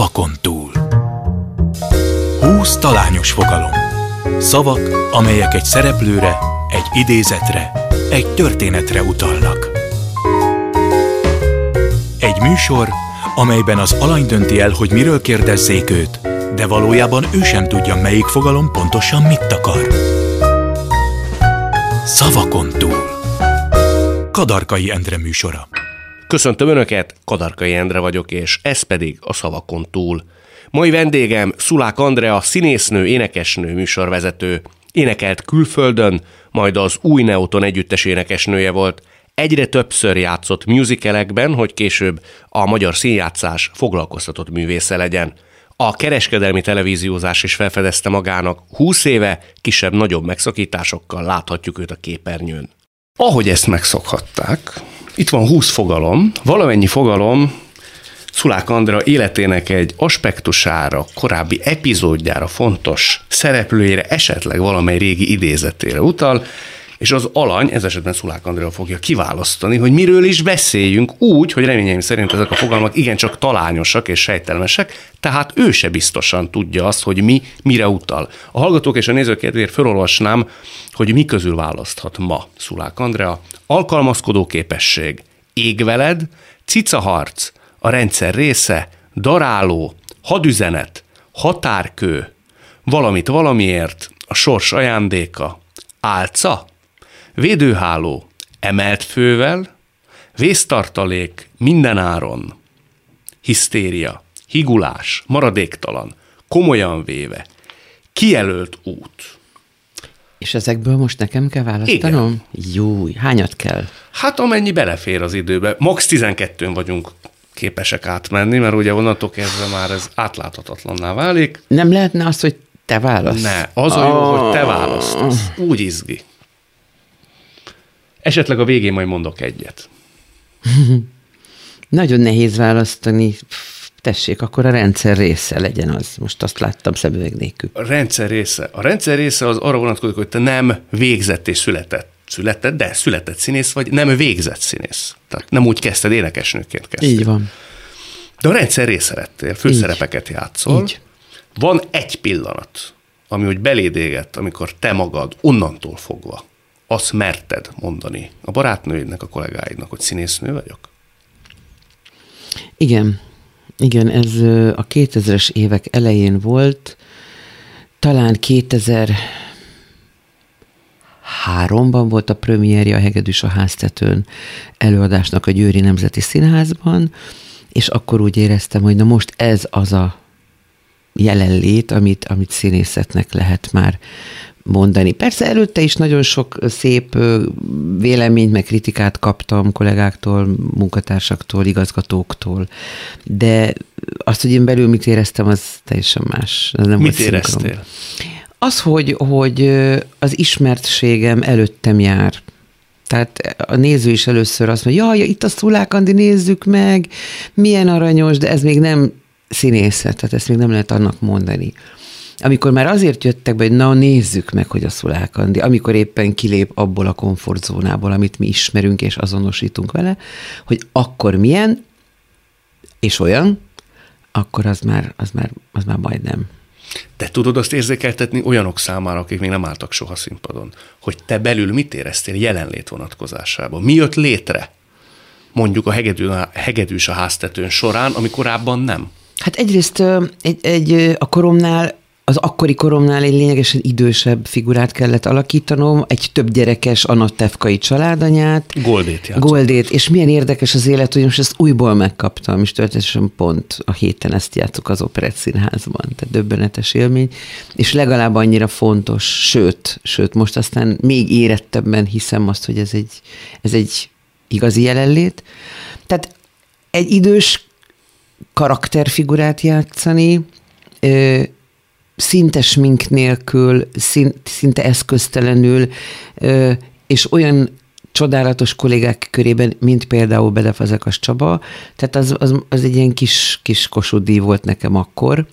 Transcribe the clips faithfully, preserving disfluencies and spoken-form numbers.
Szavakon túl. Húsz talányos fogalom. Szavak, amelyek egy szereplőre, egy idézetre, egy történetre utalnak. Egy műsor, amelyben az alany dönti el, hogy miről kérdezzék őt, de valójában ő sem tudja, melyik fogalom pontosan mit akar. Szavakon túl. Kadarkai Endre műsora. Köszöntöm Önöket, Kadarkai Endre vagyok, és ez pedig a Szavakon túl. Mai vendégem Szulák Andrea, színésznő, énekesnő, műsorvezető. Énekelt külföldön, majd az Új Neoton együttes énekesnője volt. Egyre többször játszott musicalekben, hogy később a magyar színjátszás foglalkoztatott művésze legyen. A kereskedelmi televíziózás is felfedezte magának. húsz éve kisebb-nagyobb megszakításokkal láthatjuk őt a képernyőn. Ahogy ezt megszokhatták, itt van húsz fogalom, valamennyi fogalom Szulák Andrea életének egy aspektusára, korábbi epizódjára, fontos szereplőjére, esetleg valamely régi idézetére utal, és az alany, ez esetben Szulák Andrea fogja kiválasztani, hogy miről is beszéljünk úgy, hogy reményeim szerint ezek a fogalmak igencsak talányosak és sejtelmesek, tehát ő se biztosan tudja azt, hogy mi mire utal. A hallgatók és a nézők kedvéért felolvasnám, hogy mi közül választhat ma Szulák Andrea. Alkalmazkodó képesség, égveled, cicaharc, a rendszer része, daráló, hadüzenet, határkő, valamit valamiért, a sors ajándéka, álca, védőháló, emelt fővel, vésztartalék, mindenáron, hisztéria, higulás, maradéktalan, komolyan véve, kijelölt út. És ezekből most nekem kell választanom? Igen. Jó, hányat kell? Hát amennyi belefér az időbe. Max tizenkettőn vagyunk képesek átmenni, mert ugye onnantól kezdve már ez átláthatatlanná válik. Nem lehetne az, hogy te válasz? Ne, az a jó, oh. hogy te választasz. Úgy izgi. Esetleg a végén majd mondok egyet. Nagyon nehéz választani. Tessék, akkor a rendszer része legyen az. Most azt láttam szemüveg nélkül. A rendszer része. A rendszer része az arra vonatkozik, hogy te nem végzett és született. Született, de született színész vagy, nem végzett színész. Tehát nem úgy kezdted, énekesnőként kezdted. Így van. De a rendszer része lettél, főszerepeket játszol. Így. Van egy pillanat, ami úgy beléd égett, amikor te magad onnantól fogva azt merted mondani a barátnőidnek, a kollégáidnak, hogy színésznő vagyok? Igen. Igen, ez a kétezres évek elején volt, talán kétezer-háromban volt a premierje a Hegedűs a háztetőn előadásnak a Győri Nemzeti Színházban, és akkor úgy éreztem, hogy na most ez az a jelenlét, amit, amit színészetnek lehet már mondani. Persze előtte is nagyon sok szép véleményt, meg kritikát kaptam kollégáktól, munkatársaktól, igazgatóktól, de azt, hogy én belül mit éreztem, az teljesen más. Az nem mit éreztél? Az, hogy, hogy az ismertségem előttem jár. Tehát a néző is először azt mondja, jaj, itt a Szulák Andi, nézzük meg, milyen aranyos, de ez még nem színészet, tehát ezt még nem lehet annak mondani. Amikor már azért jöttek be, hogy na, nézzük meg, hogy a Szulák Andi, amikor éppen kilép abból a komfortzónából, amit mi ismerünk és azonosítunk vele, hogy akkor milyen, és olyan, akkor az már, az már, az már majdnem. Te tudod azt érzékeltetni olyanok számára, akik még nem álltak soha színpadon, hogy te belül mit éreztél jelenlét vonatkozásában? Mi jött létre? Mondjuk a hegedű, Hegedűs a háztetőn során, ami korábban nem. Hát egyrészt egy, egy, a koromnál, az akkori koromnál egy lényegesen idősebb figurát kellett alakítanom, egy több gyerekes anatevkai családanyát. Goldét játszott. Goldét, és milyen érdekes az élet, hogy most ezt újból megkaptam, és történetesen pont a héten ezt játszok az Operett Színházban, tehát döbbenetes élmény, és legalább annyira fontos, sőt, sőt, most aztán még érettebben hiszem azt, hogy ez egy, ez egy igazi jelenlét. Tehát egy idős karakterfigurát játszani, ö, szinte smink nélkül, szinte eszköztelenül, ö, és olyan csodálatos kollégák körében, mint például Bede Fazekas Csaba, tehát az, az, az egy ilyen kis, kis Kossuth díj volt nekem akkor,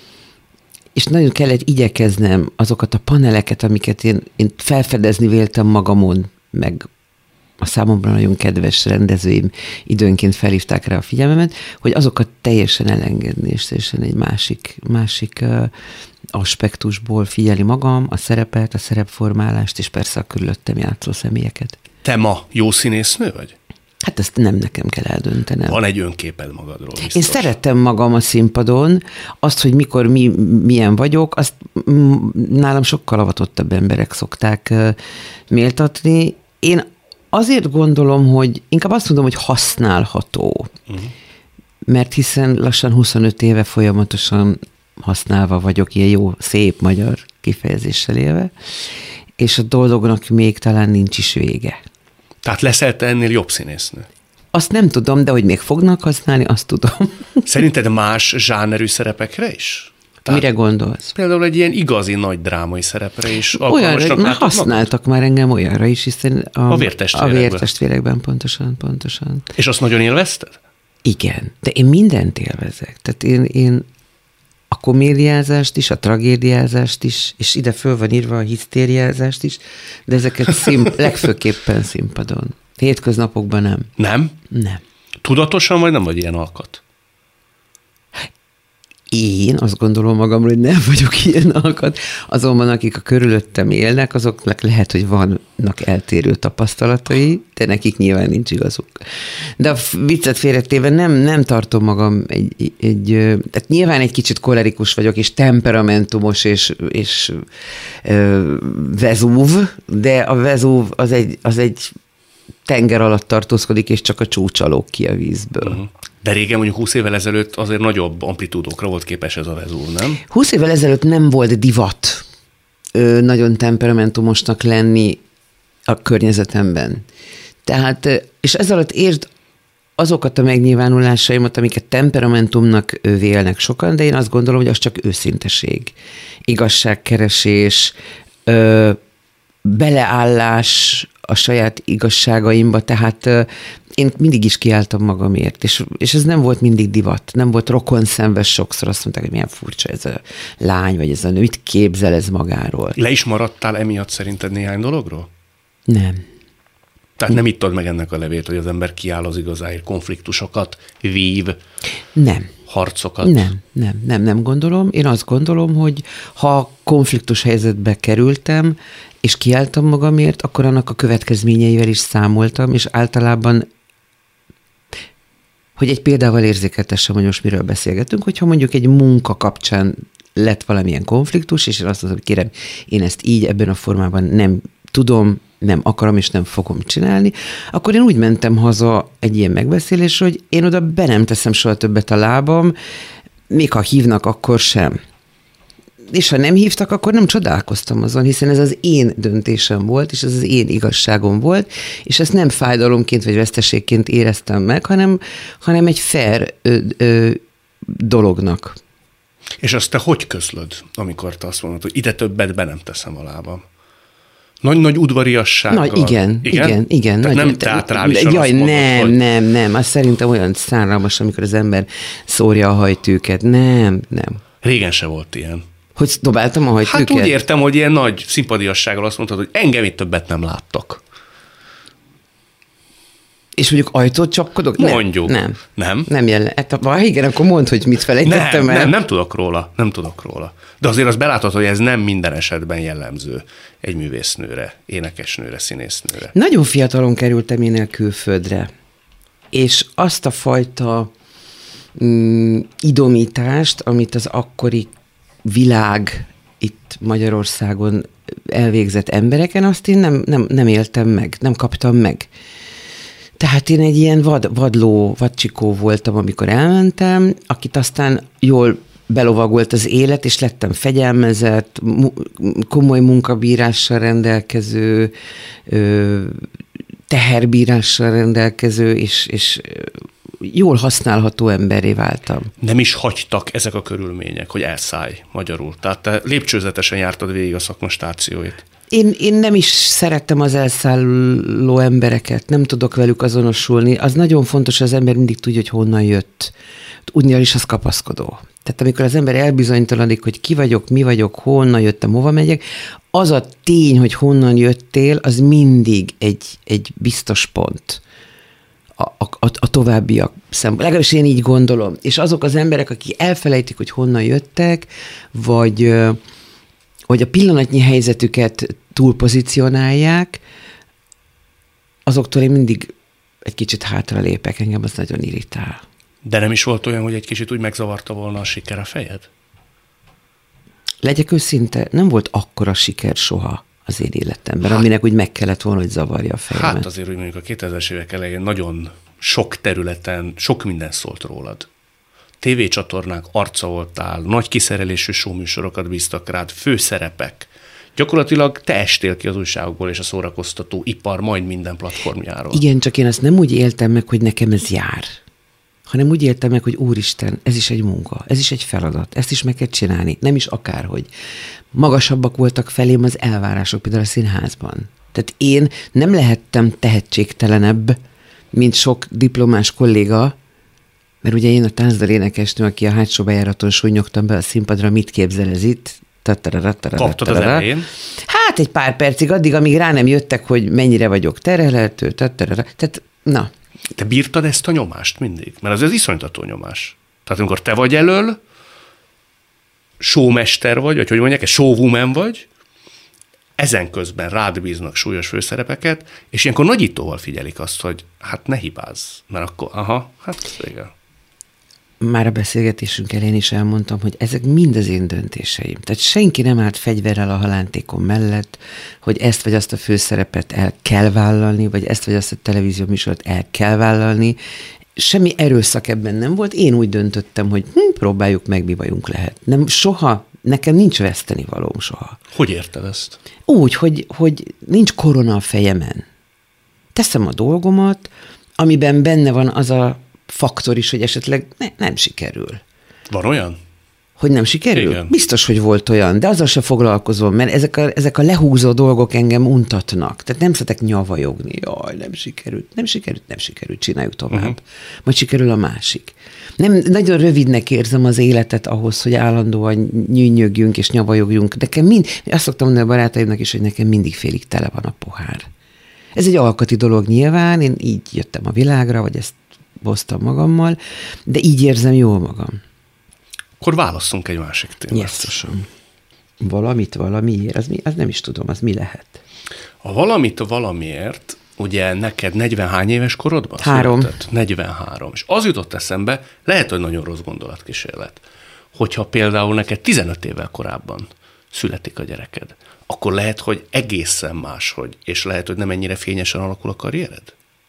és nagyon kellett igyekeznem azokat a paneleket, amiket én, én felfedezni véltem magamon, meg a számomra nagyon kedves rendezőim időnként felhívták rá a figyelmemet, hogy azokat teljesen elengedni, és teljesen egy másik, másik uh, aspektusból figyeli magam, a szerepet, a szerepformálást, és persze a körülöttem játszó személyeket. Te ma jó színésznő vagy? Hát ezt nem nekem kell eldöntenem. Van egy önképed magadról, biztos. Én szeretem magam a színpadon, azt, hogy mikor mi, milyen vagyok, azt nálam sokkal avatottabb emberek szokták méltatni. Én azért gondolom, hogy inkább azt mondom, hogy használható. Uh-huh. Mert hiszen lassan huszonöt éve folyamatosan használva vagyok, ilyen jó, szép magyar kifejezéssel élve, és a dolognak még talán nincs is vége. Tehát leszel te ennél jobb színésznő? Azt nem tudom, de hogy még fognak használni, azt tudom. Szerinted más zsánerű szerepekre is? Tehát mire gondolsz? Például egy ilyen igazi nagy drámai szerepre is olyanra, már használtak magad? Már engem olyanra is, hiszen a, a vértestvérekben. A vértestvérekben, pontosan, pontosan. És azt nagyon élvezted? Igen, de én mindent élvezek. Tehát én, én a komédiázást is, a tragédiázást is, és ide föl van írva a hisztériázást is, de ezeket szín, legfőképpen színpadon. Hétköznapokban nem. Nem? Nem. Tudatosan vagy nem vagy ilyen alkat? Én azt gondolom magamról, hogy nem vagyok ilyen alkat, azonban akik a körülöttem élnek, azoknak lehet, hogy vannak eltérő tapasztalatai, de nekik nyilván nincs igazuk. De a viccet félretéve nem, nem tartom magam egy, egy, tehát nyilván egy kicsit kolerikus vagyok, és temperamentumos, és, és ö, Vezúv, de a Vezúv az egy, az egy tenger alatt tartózkodik, és csak a csúcsalók ki a vízből. Uh-huh. De régen, mondjuk húsz évvel ezelőtt azért nagyobb amplitúdókra volt képes ez a Vezúv, nem? húsz évvel ezelőtt nem volt divat ö, nagyon temperamentumosnak lenni a környezetemben. Tehát, és ez alatt értsd azokat a megnyilvánulásaimat, amiket temperamentumnak vélnek sokan, de én azt gondolom, hogy az csak őszinteség, igazságkeresés, ö, beleállás a saját igazságaimba, tehát uh, én mindig is kiálltam magamért, és, és ez nem volt mindig divat, nem volt rokonszenves sokszor, azt mondták, hogy milyen furcsa ez a lány, vagy ez a nő, mit képzel ez magáról. Le is maradtál emiatt szerinted néhány dologról? Nem. Tehát nem ittad meg ennek a levét, hogy az ember kiáll az igazáért, konfliktusokat vív, nem. harcokat? Nem, nem, nem, nem gondolom. Én azt gondolom, hogy ha konfliktus helyzetbe kerültem, és kiálltam magamért, akkor annak a következményeivel is számoltam, és általában, hogy egy példával érzékeltessem, hogy most miről beszélgetünk, hogyha mondjuk egy munka kapcsán lett valamilyen konfliktus, és én azt mondom, hogy kérem, én ezt így ebben a formában nem tudom, nem akarom, és nem fogom csinálni, akkor én úgy mentem haza egy ilyen megbeszélésre, hogy én oda be nem teszem soha többet a lábam, még ha hívnak, akkor sem. És ha nem hívtak, akkor nem csodálkoztam azon, hiszen ez az én döntésem volt, és ez az én igazságom volt, és ezt nem fájdalomként vagy veszteségként éreztem meg, hanem, hanem egy fair ö, ö, dolognak. És azt te hogy közlöd, amikor te azt mondod, hogy ide többet be nem teszem a lábam? Nagy-nagy udvariassággal. Na, igen, igen, igen. igen Tehát nagy, nem teátrálisan jaj, azt mondod, nem, hogy... nem, nem. Az szerintem olyan szánalmas, amikor az ember szórja a hajtűket. Nem, nem. Régen se volt ilyen. Hogy dobáltam a hajtűket? Hát úgy értem, hogy ilyen nagy szimpadiassággal azt mondtad, hogy engem itt többet nem láttak. És mondjuk ajtót csapkodok? Mondjuk. Nem. Nem? Nem jelen. Hát, igen, akkor mondd, hogy mit felejtettem nem, el. Nem, nem tudok róla. Nem tudok róla. De azért azt belátod, hogy ez nem minden esetben jellemző egy művésznőre, énekesnőre, színésznőre. Nagyon fiatalon kerültem én el külföldre. És azt a fajta mm, idomítást, amit az akkori világ itt Magyarországon elvégzett embereken, azt én nem, nem, nem éltem meg, nem kaptam meg. Tehát én egy ilyen vad, vadló, vadcsikó voltam, amikor elmentem, akit aztán jól belovagolt az élet, és lettem fegyelmezett, komoly munkabírással rendelkező, teherbírással rendelkező, és, és jól használható emberré váltam. Nem is hagytak ezek a körülmények, hogy elszállj magyarul. Tehát te lépcsőzetesen jártad végig a szakma stációit. Én, én nem is szerettem az elszálló embereket, nem tudok velük azonosulni. Az nagyon fontos, az ember mindig tudja, hogy honnan jött. Unnialis az kapaszkodó. Tehát amikor az ember elbizonytalanodik, hogy ki vagyok, mi vagyok, honnan jöttem, hova megyek, az a tény, hogy honnan jöttél, az mindig egy, egy biztos pont a, a, a továbbiak szemben. Legalábbis én így gondolom. És azok az emberek, akik elfelejtik, hogy honnan jöttek, vagy, vagy a pillanatnyi helyzetüket túlpozícionálják, azoktól én mindig egy kicsit hátralépek, engem az nagyon irritál. De nem is volt olyan, hogy egy kicsit úgy megzavarta volna a siker a fejed? Legyek őszinte, nem volt akkora siker soha az én életemben, hát, aminek úgy meg kellett volna, hogy zavarja a fejemet. Hát azért, hogy mondjuk a kétezres évek elején nagyon sok területen, sok minden szólt rólad. Tévécsatornák arca voltál, nagy kiszerelésű showműsorokat bíztak rád, főszerepek. Gyakorlatilag te estél ki az újságokból és a szórakoztató ipar majd minden platformjáról. Igen, csak én azt nem úgy éltem meg, hogy nekem ez jár, hanem úgy éltem meg, hogy úristen, ez is egy munka, ez is egy feladat, ezt is meg kell csinálni, nem is akárhogy. Magasabbak voltak felém az elvárások, például a színházban. Tehát én nem lehettem tehetségtelenebb, mint sok diplomás kolléga, mert ugye én a táncdal énekesnő, aki a hátsó bejáraton súlyogtam be a színpadra, mit képzel ez itt? Kaptad az elején? Hát egy pár percig, addig, amíg rá nem jöttek, hogy mennyire vagyok terhelhető, tehát na. Te bírtad ezt a nyomást mindig? Mert az az iszonytató nyomás. Tehát amikor te vagy elől, showmester vagy, vagy hogy mondják, egy showwoman vagy, ezen közben rád bíznak súlyos főszerepeket, és ilyenkor nagyítóval figyelik azt, hogy hát ne hibázz, mert akkor, aha, hát igen. Már a beszélgetésünk elején is elmondtam, hogy ezek mind az én döntéseim. Tehát senki nem állt fegyverrel a halántékom mellett, hogy ezt vagy azt a főszerepet el kell vállalni, vagy ezt vagy azt a televízió műsort el kell vállalni. Semmi erőszak ebben nem volt. Én úgy döntöttem, hogy hm, próbáljuk meg, mi bajunk lehet. Nem, soha, nekem nincs vesztenivalóm soha. Hogy érted ezt? Úgy, hogy, hogy nincs korona a fejemen. Teszem a dolgomat, amiben benne van az a faktor is, hogy esetleg ne, nem sikerül. Van olyan? Hogy nem sikerül? Igen. Biztos, hogy volt olyan, de azzal se foglalkozom, mert ezek a, ezek a lehúzó dolgok engem untatnak. Tehát nem szeretek nyavajogni. Jaj, nem sikerült, nem sikerült, nem sikerült, csináljuk tovább. Uh-huh. Majd sikerül a másik. Nem, nagyon rövidnek érzem az életet ahhoz, hogy állandóan nyűnyögjünk és nyavajogjunk. Nekem mind, azt szoktam mondani a barátaimnak is, hogy nekem mindig félig tele van a pohár. Ez egy alkati dolog nyilván, én így jöttem a világra, vagy ezt hoztam magammal, de így érzem jól magam. Akkor válasszunk egy másik témát. Jesszosan. Valamit valamiért, az, mi, az nem is tudom, az mi lehet? A valamit valamiért, ugye neked negyvenhány éves korodban? Három. Született? negyvenhárom. És az jutott eszembe, lehet, hogy nagyon rossz gondolatkísérlet, hogyha például neked tizenöt évvel korábban születik a gyereked, akkor lehet, hogy egészen máshogy, és lehet, hogy nem ennyire fényesen alakul a karriered?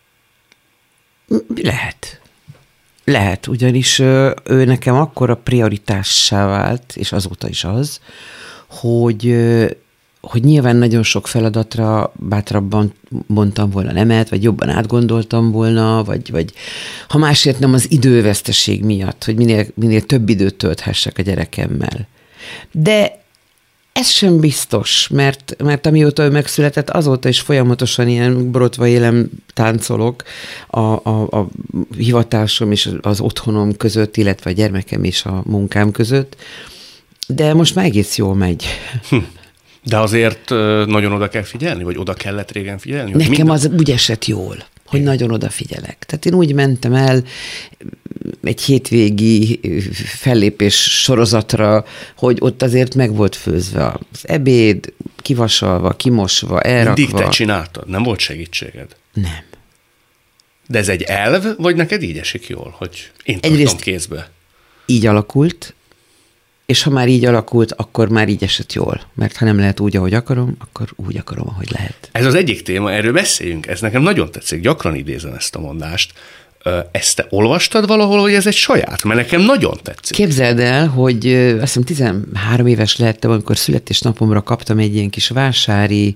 Lehet. Lehet, ugyanis ő nekem akkora prioritássá vált, és azóta is az, hogy, hogy nyilván nagyon sok feladatra bátrabban mondtam volna nemet, vagy jobban átgondoltam volna, vagy, vagy ha másért nem az időveszteség miatt, hogy minél, minél több időt tölthessek a gyerekemmel. De ez sem biztos, mert, mert amióta ő megszületett, azóta is folyamatosan ilyen borotva élem, táncolok a, a, a hivatásom és az otthonom között, illetve a gyermekem és a munkám között, de most már egész jól megy. Hm. De azért nagyon oda kell figyelni, vagy oda kellett régen figyelni? Nekem minden... az úgy esett jól, hogy Igen. nagyon odafigyelek. Tehát én úgy mentem el egy hétvégi fellépés sorozatra, hogy ott azért meg volt főzve az ebéd, kivasalva, kimosva, elrakva. Mindig te csináltad? Nem volt segítséged? Nem. De ez egy elv, vagy neked így esik jól, hogy én tartom Egyrészt kézbe? Így alakult, és ha már így alakult, akkor már így esett jól. Mert ha nem lehet úgy, ahogy akarom, akkor úgy akarom, ahogy lehet. Ez az egyik téma, erről beszéljünk. Ez nekem nagyon tetszik, gyakran idézem ezt a mondást. Ezt te olvastad valahol, hogy ez egy saját? Mert nekem nagyon tetszik. Képzeld el, hogy azt hiszem tizenhárom éves lehettem, amikor születésnapomra kaptam egy ilyen kis vásári,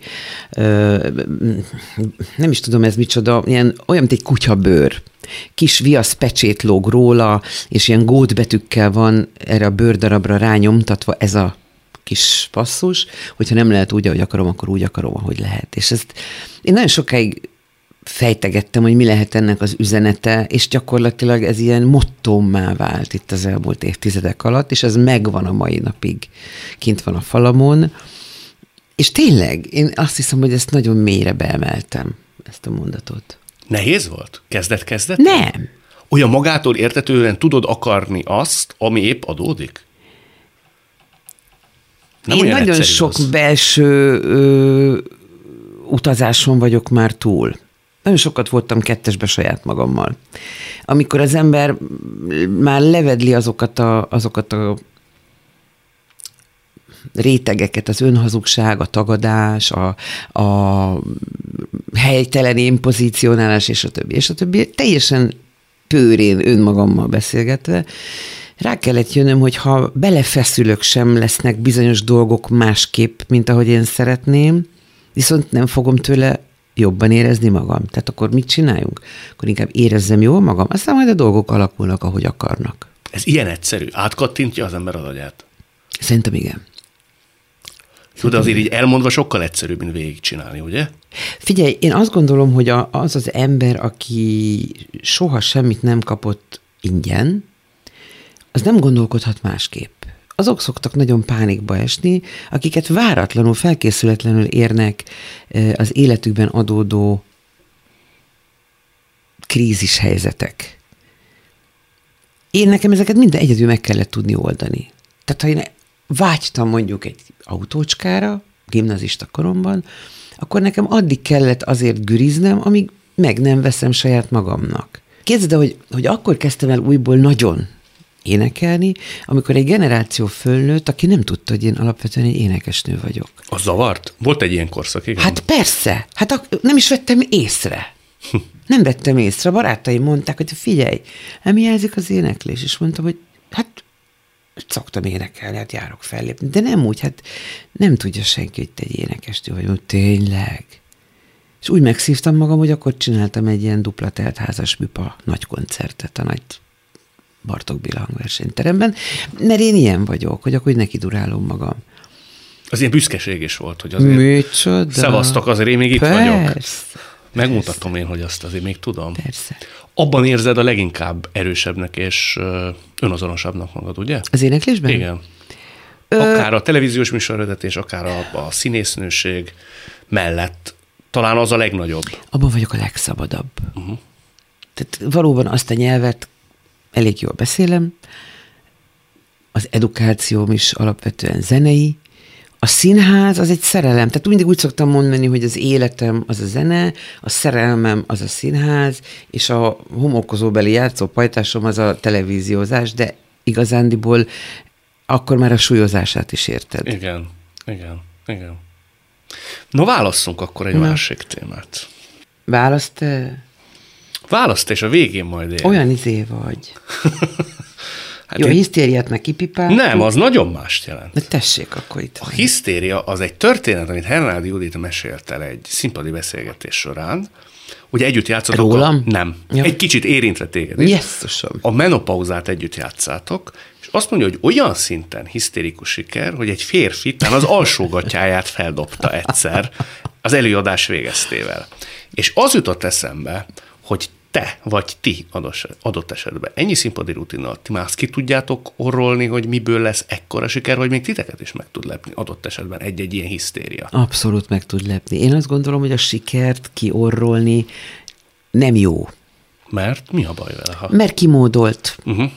nem is tudom ez micsoda, ilyen, olyan, mint egy kutyabőr. Kis viasz pecsét lóg róla, és ilyen gótbetűkkel van erre a bőrdarabra rányomtatva ez a kis passzus, hogyha nem lehet úgy, ahogy akarom, akkor úgy akarom, ahogy lehet. És ezt én nagyon sokáig fejtegettem, hogy mi lehet ennek az üzenete, és gyakorlatilag ez ilyen mottómmá vált itt az elmúlt évtizedek alatt, és ez megvan a mai napig, kint van a falamon, és tényleg, én azt hiszem, hogy ezt nagyon mélyre beemeltem, ezt a mondatot. Nehéz volt? Kezdet-kezdet? Nem. Olyan magától értetően tudod akarni azt, ami épp adódik? Nem én nagyon sok az. belső ö, utazáson vagyok már túl. Nagyon sokat voltam kettesbe saját magammal. Amikor az ember már levedli azokat a, azokat a rétegeket, az önhazugság, a tagadás, a, a helytelen énpozícionálás, és a többi, és a többi, teljesen pőrén önmagammal beszélgetve, rá kellett jönnöm, hogy ha belefeszülök, sem lesznek bizonyos dolgok másképp, mint ahogy én szeretném, viszont nem fogom tőle jobban érezni magam. Tehát akkor mit csináljunk? Akkor inkább érezzem jól magam, aztán majd a dolgok alakulnak, ahogy akarnak. Ez ilyen egyszerű? Átkattintja az ember az agyát? Szerintem igen. Jó, de azért így elmondva sokkal egyszerűbb, mint végigcsinálni, ugye? Figyelj, én azt gondolom, hogy az az ember, aki soha semmit nem kapott ingyen, az nem gondolkodhat másképp. Azok szoktak nagyon pánikba esni, akiket váratlanul, felkészületlenül érnek az életükben adódó krízis helyzetek. Én nekem ezeket minden egyedül meg kellett tudni oldani. Tehát ha én vágytam mondjuk egy autócskára, gimnazista koromban, akkor nekem addig kellett azért güriznem, amíg meg nem veszem saját magamnak. Képzeld, hogy, hogy akkor kezdtem el újból nagyon énekelni, amikor egy generáció fölnőtt, aki nem tudta, hogy én alapvetően egy énekesnő vagyok. Az zavart? Volt egy ilyen korszak, igen? Hát persze. Hát ak- nem is vettem észre. Nem vettem észre. A barátaim mondták, hogy figyelj, nem hiányzik az éneklés. És mondtam, hogy hát szoktam énekelni, hát járok fellépni. De nem úgy, hát nem tudja senki, hogy te egy énekesnő vagy. Mondom, tényleg. És úgy megszívtam magam, hogy akkor csináltam egy ilyen dupla teltházas műpa nagy koncertet a nagy Bartók Béla hangversenyteremben, mert én ilyen vagyok, hogy akkor neki durálom magam. Az ilyen büszkeség is volt, hogy azért Micsoda? Szevasztok, azért én még itt Persze. vagyok. Megmutatom én, hogy azt azért még tudom. Persze. Abban érzed a leginkább erősebbnek és önazonosabbnak magad, ugye? Az éneklésben? Igen. Akár a televíziós műsorvezetés, akár a, a színésznőség mellett talán az a legnagyobb. Abban vagyok a legszabadabb. Uh-huh. Tehát valóban azt a nyelvet elég jól beszélem, az edukációm is alapvetően zenei, a színház az egy szerelem. Tehát mindig úgy szoktam mondani, hogy az életem az a zene, a szerelmem az a színház, és a homokozóbeli játszópajtásom az a televíziózás, de igazándiból akkor már a súlyozását is érted. Igen, igen, igen. No, válasszunk akkor egy Na. másik témát. Választ? Választ, és a végén majd ér. Olyan izé vagy. Hát jó, én... hisztériát meg kipipáltuk. Nem, az nagyon mást jelent. De tessék, akkor itt A van. Hisztéria az egy történet, amit Hernádi Judit mesélt el egy színpadi beszélgetés során. Ugye együtt játszottok. Rólam? A... Nem. Ja. Egy kicsit érintve téged. Jesszusom. A menopauzát együtt játszátok, és azt mondja, hogy olyan szinten hisztérikus siker, hogy egy férfi talán az alsógatyáját feldobta egyszer az előadás végeztével. És az jutott eszembe, hogy te vagy ti adott esetben ennyi színpadi rutinnal, ti már azt ki tudjátok orrolni, hogy miből lesz ekkora siker, hogy még titeket is meg tud lepni adott esetben egy-egy ilyen hisztéria. Abszolút meg tud lepni. Én azt gondolom, hogy a sikert kiorrolni nem jó. Mert mi a baj vele? Ha... Mert kimódolt. Uh-huh.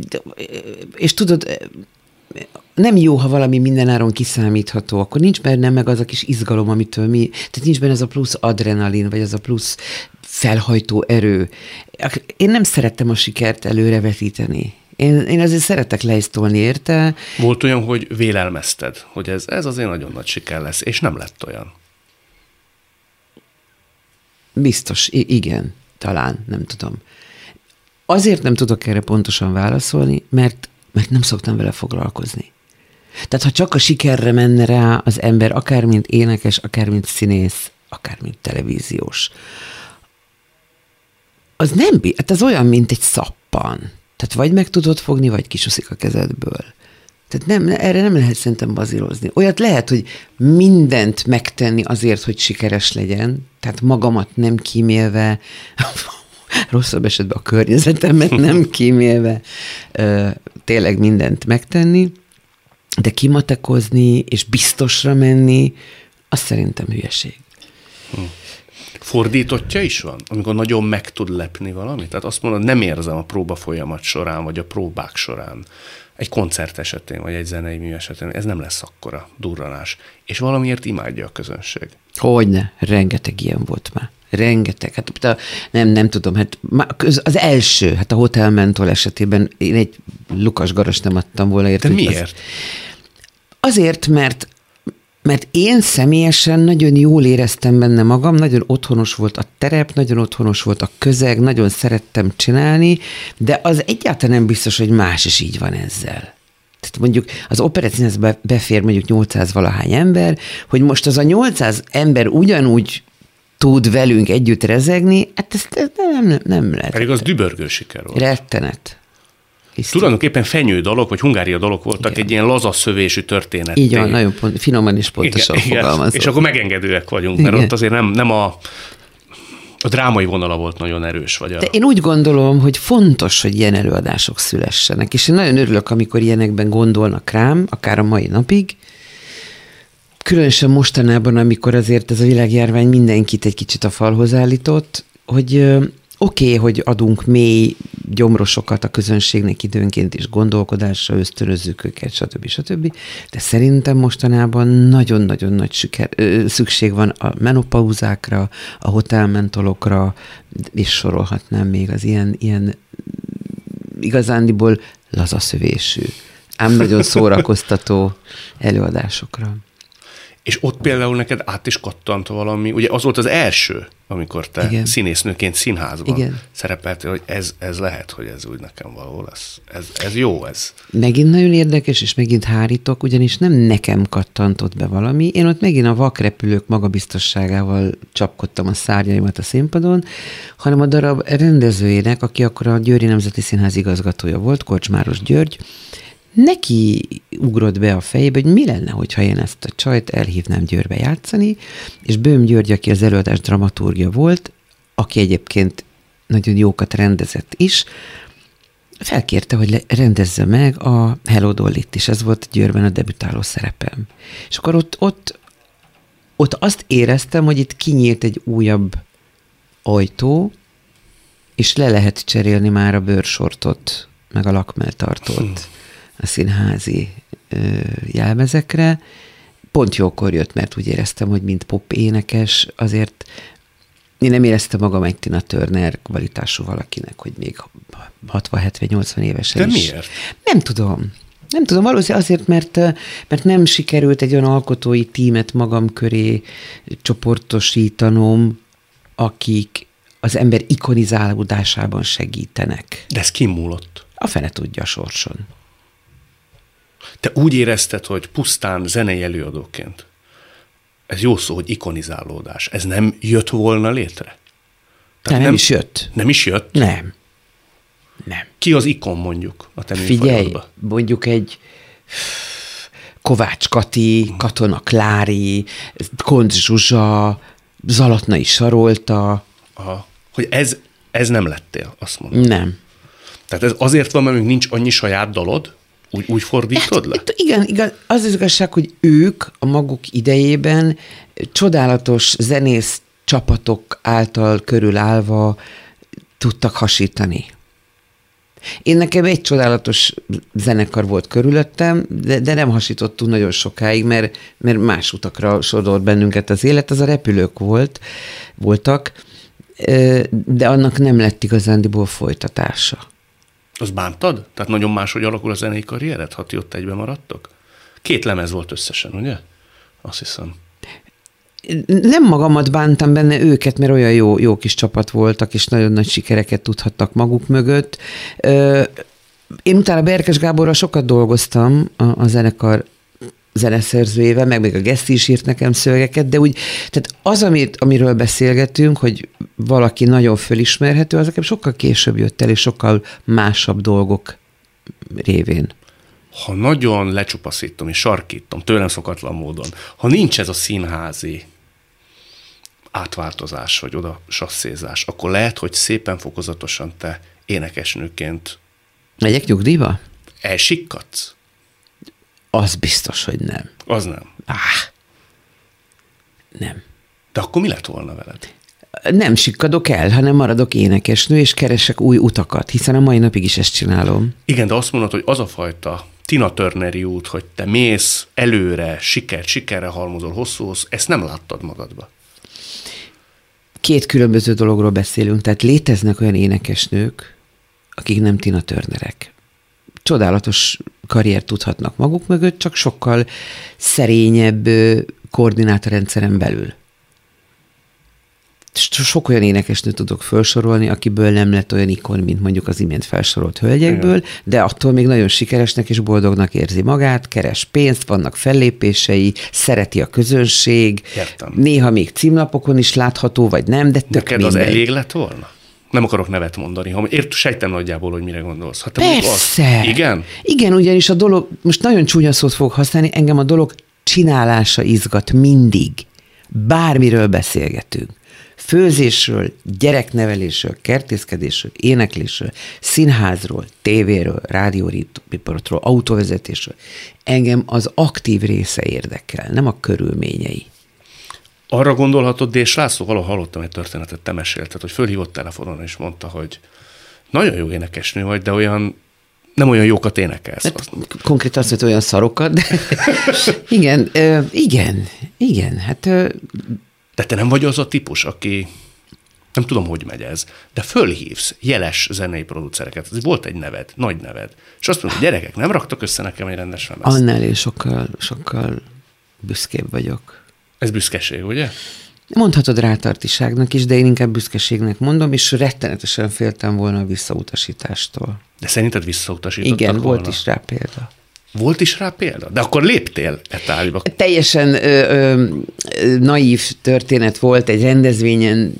És tudod, nem jó, ha valami mindenáron kiszámítható, akkor nincs benne meg az a kis izgalom, amitől mi, tehát nincs benne az a plusz adrenalin, vagy az a plusz felhajtó erő. Én nem szerettem a sikert előrevetíteni. Én, én azért szeretek leisztolni érte. Volt olyan, hogy vélelmezted, hogy ez, ez azért nagyon nagy siker lesz, és nem lett olyan? Biztos, igen, talán, nem tudom. Azért nem tudok erre pontosan válaszolni, mert, mert nem szoktam vele foglalkozni. Tehát ha csak a sikerre menne rá az ember, akár mint énekes, akár mint színész, akár mint televíziós, az nem bír, hát az olyan, mint egy szappan. Tehát vagy meg tudod fogni, vagy kisúszik a kezedből. Tehát nem, erre nem lehet szerintem bazírozni. Olyat lehet, hogy mindent megtenni azért, hogy sikeres legyen, tehát magamat nem kímélve, rosszabb esetben a környezetemet nem kímélve, tényleg mindent megtenni, de kimatekozni és biztosra menni, az szerintem hülyeség. Hm. Fordítottja is van, amikor nagyon meg tud lepni valamit? Tehát azt mondod, nem érzem a próba folyamat során, vagy a próbák során, egy koncert esetén, vagy egy zenei mű esetén, ez nem lesz akkora durranás. És valamiért imádja a közönség. Hogyne, rengeteg ilyen volt már. Rengeteg. Hát nem, nem tudom, hát az első, hát a Hotel Mentol esetében én egy lukas garast nem adtam volna érte. De miért? Az, azért, mert Mert én személyesen nagyon jól éreztem benne magam, nagyon otthonos volt a terep, nagyon otthonos volt a közeg, nagyon szerettem csinálni, de az egyáltalán nem biztos, hogy más is így van ezzel. Tehát mondjuk az operettszínházba befér mondjuk nyolcszáz valahány ember, hogy most az a nyolcszáz ember ugyanúgy tud velünk együtt rezegni, hát ezt, ezt nem, nem, nem lehet. Pedig az dübörgő siker volt. Rettenet. Hisztő. Tulajdonképpen fenyő dalok, vagy Hungária dalok voltak, igen. Egy ilyen laza szövésű történet. Így van, nagyon pont, finoman és pontosan fogalmazott. És akkor megengedőek vagyunk, mert igen. Ott azért nem, nem a, a drámai vonala volt nagyon erős. Vagy a... De én úgy gondolom, hogy fontos, hogy ilyen előadások szülessenek, és én nagyon örülök, amikor ilyenekben gondolnak rám, akár a mai napig, különösen mostanában, amikor azért ez a világjárvány mindenkit egy kicsit a falhoz állított, hogy oké, okay, hogy adunk mély gyomrosokat a közönségnek időnként is gondolkodásra, ösztönözzük őket, stb. stb. De szerintem mostanában nagyon-nagyon nagy süker, ö, szükség van a menopauzákra, a hotelmentolokra, és sorolhatnám még az ilyen, ilyen igazándiból lazaszövésű, ám nagyon szórakoztató előadásokra. És ott például neked át is kattant valami, ugye az volt az első, amikor te igen. színésznőként színházban igen. szerepeltél, hogy ez, ez lehet, hogy ez úgy nekem való lesz. Ez, ez jó, ez. Megint nagyon érdekes, és megint hárítok, ugyanis nem nekem kattantott be valami. Én ott megint a vakrepülők magabiztosságával csapkodtam a szárnyaimat a színpadon, hanem a darab rendezőjének, aki akkor a Győri Nemzeti Színház igazgatója volt, Korcsmáros György, neki ugrott be a fejébe, hogy mi lenne, hogyha én ezt a csajt elhívnám Győrbe játszani, és Böhm György, aki az előadás dramaturgia volt, aki egyébként nagyon jókat rendezett is, felkérte, hogy rendezze meg a Hello Dollyt is. Ez volt Győrben a debütáló szerepem. És akkor ott, ott, ott azt éreztem, hogy itt kinyílt egy újabb ajtó, és le lehet cserélni már a bőrsortot, meg a lakmeltartót. Hmm. a színházi ö, jelmezekre. Pont jókor jött, mert úgy éreztem, hogy mint pop énekes, azért én nem éreztem magam egy Tina Turner kvalitású valakinek, hogy még hatvan hetven nyolcvan évesen is. De miért? Nem tudom. Nem tudom, valószínűleg azért, mert, mert nem sikerült egy olyan alkotói tímet magam köré csoportosítanom, akik az ember ikonizálódásában segítenek. De ez kimúlott? A fene tudja a sorson. Te úgy érezted, hogy pusztán zenei előadóként, ez jó szó, hogy ikonizálódás, ez nem jött volna létre? Tehát nem, nem is jött. Nem is jött? Nem. Nem. Ki az ikon mondjuk a te Figyelj, műfajodba? Mondjuk egy Kovács Kati, Katona Klári, Koncz Zsuzsa, Zalatnai Sarolta. Aha. Hogy ez, ez nem lettél, azt mondom. Nem. Tehát ez azért van, mert még nincs annyi saját dalod? Úgy, úgy fordítod hát, le? Igen, igen, az az igazság, hogy ők a maguk idejében csodálatos zenész csapatok által körülállva tudtak hasítani. Én nekem egy csodálatos zenekar volt körülöttem, de, de nem hasítottunk nagyon sokáig, mert, mert más utakra sorolt bennünket az élet, az a repülők volt, voltak, de annak nem lett igazándiból folytatása. Az bántad? Tehát nagyon máshogy alakul a zenei karriered, ha ti ott egyben maradtok? Két lemez volt összesen, ugye? Azt hiszem. Nem magamat bántam benne, őket, mert olyan jó, jó kis csapat voltak, és nagyon nagy sikereket tudhattak maguk mögött. Én utána Berkes Gáborral sokat dolgoztam a, a zenekar zeneszerzőjével, meg még a Geszti is írt nekem szövegeket, de úgy, tehát az, amit, amiről beszélgetünk, hogy valaki nagyon fölismerhető, az nekem sokkal később jött el, és sokkal másabb dolgok révén. ha nagyon lecsupaszítom és sarkítom, tőlem szokatlan módon, ha nincs ez a színházi átváltozás, vagy oda sasszézás, akkor lehet, hogy szépen fokozatosan te énekesnőként Megyek nyugdíjba? elsikkadsz? Az biztos, hogy nem. Az nem. Áh, nem. De akkor mi lett volna veled? Nem sikkadok el, hanem maradok énekesnő, és keresek új utakat, hiszen a mai napig is ezt csinálom. Igen, de azt mondod, hogy az a fajta Tina Turneri út, hogy te mész előre, sikert, sikerre halmozol, hosszú, ezt nem láttad magadba. Két különböző dologról beszélünk, tehát léteznek olyan énekesnők, akik nem Tina Turnerek. Csodálatos karriert tudhatnak maguk mögött, csak sokkal szerényebb koordinátorrendszeren belül. Sok olyan énekesnőt tudok felsorolni, akiből nem lett olyan ikon, mint mondjuk az imént felsorolt hölgyekből, igen. De attól még nagyon sikeresnek és boldognak érzi magát, keres pénzt, vannak fellépései, szereti a közönség, Értem. Néha még címlapokon is látható, vagy nem, de tök Neked mindegy. az elég lett volna? Nem akarok nevet mondani, ha ért, sejtem nagyjából, hogy mire gondolsz. Hát Persze! Az, igen? Igen, ugyanis a dolog, most nagyon csúnya szót fogok használni, engem a dolog csinálása izgat mindig. Bármiről beszélgetünk. Főzésről, gyereknevelésről, kertészkedésről, éneklésről, színházról, tévéről, rádióriportról, autóvezetésről. Engem az aktív része érdekel, nem a körülményei. Arra gondolhatod, és László, valahol hallottam egy történetet, te mesélted, hogy fölhívott telefonon, és mondta, hogy nagyon jó énekesnő vagy, de olyan, nem olyan jókat énekelsz. Hát, konkrétan azt mondta, olyan szarokat, de igen, ö, igen, igen, hát... Ö, De te nem vagy az a típus, aki, nem tudom, hogy megy ez, de fölhívsz jeles zenei producereket. Ez volt egy neved, nagy neved. És azt mondod, gyerekek, nem raktak össze nekem egy rendes lemezt. Annál én sokkal, sokkal büszkébb vagyok. Ez büszkeség, ugye? Mondhatod rátartiságnak is, de én inkább büszkeségnek mondom, és rettenetesen féltem volna a visszautasítástól. De szerinted visszautasítottak Igen, volna? volt is rá példa. Volt is rá példa? De akkor léptél e tárgyba. Teljesen ö, ö, naív történet volt, egy rendezvényen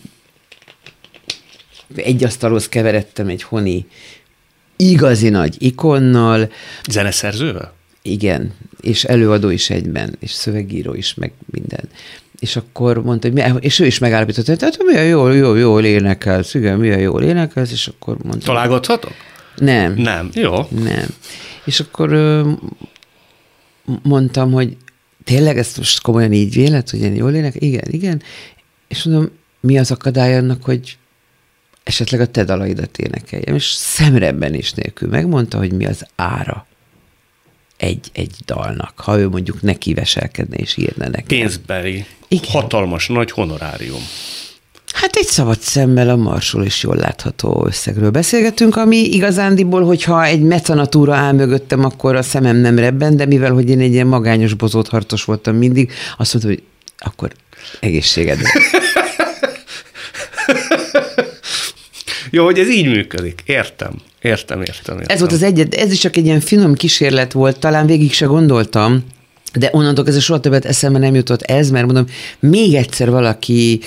egy asztalhoz keveredtem egy honi igazi nagy ikonnal. Zeneszerzővel? Igen, és előadó is egyben, és szövegíró is, meg minden. És akkor mondta, hogy mi, és ő is megállapította, hogy hát milyen jól, jól, jól énekelsz, igen, milyen jól énekelsz, és akkor mondta. Találgathatok? Nem. Nem, jó. Nem. És akkor ö, mondtam, hogy tényleg ezt most komolyan így véled, hogy én jól énekel? Igen, igen. És mondom, mi az akadály annak, hogy esetleg a te dalaidat énekeljem? És szemrebbenés nélkül megmondta, hogy mi az ára egy, egy dalnak, ha ő mondjuk neki veselkedne és írna nekem. Pénzbeli, igen. Hatalmas, nagy honorárium. Hát egy szabad szemmel a marsról is jól látható összegről beszélgetünk, ami igazándiból, hogyha egy mecanatúra áll mögöttem, akkor a szemem nem rebben, de mivel, hogy én egy ilyen magányos bozótharcos voltam mindig, azt mondta, hogy akkor egészségedre. Jó, hogy ez így működik. Értem, értem, értem. értem. Ez volt az egyet, ez is csak egy ilyen finom kísérlet volt, talán végig se gondoltam, de onnantól kezdve soha többet eszembe nem jutott ez, mert mondom, még egyszer valaki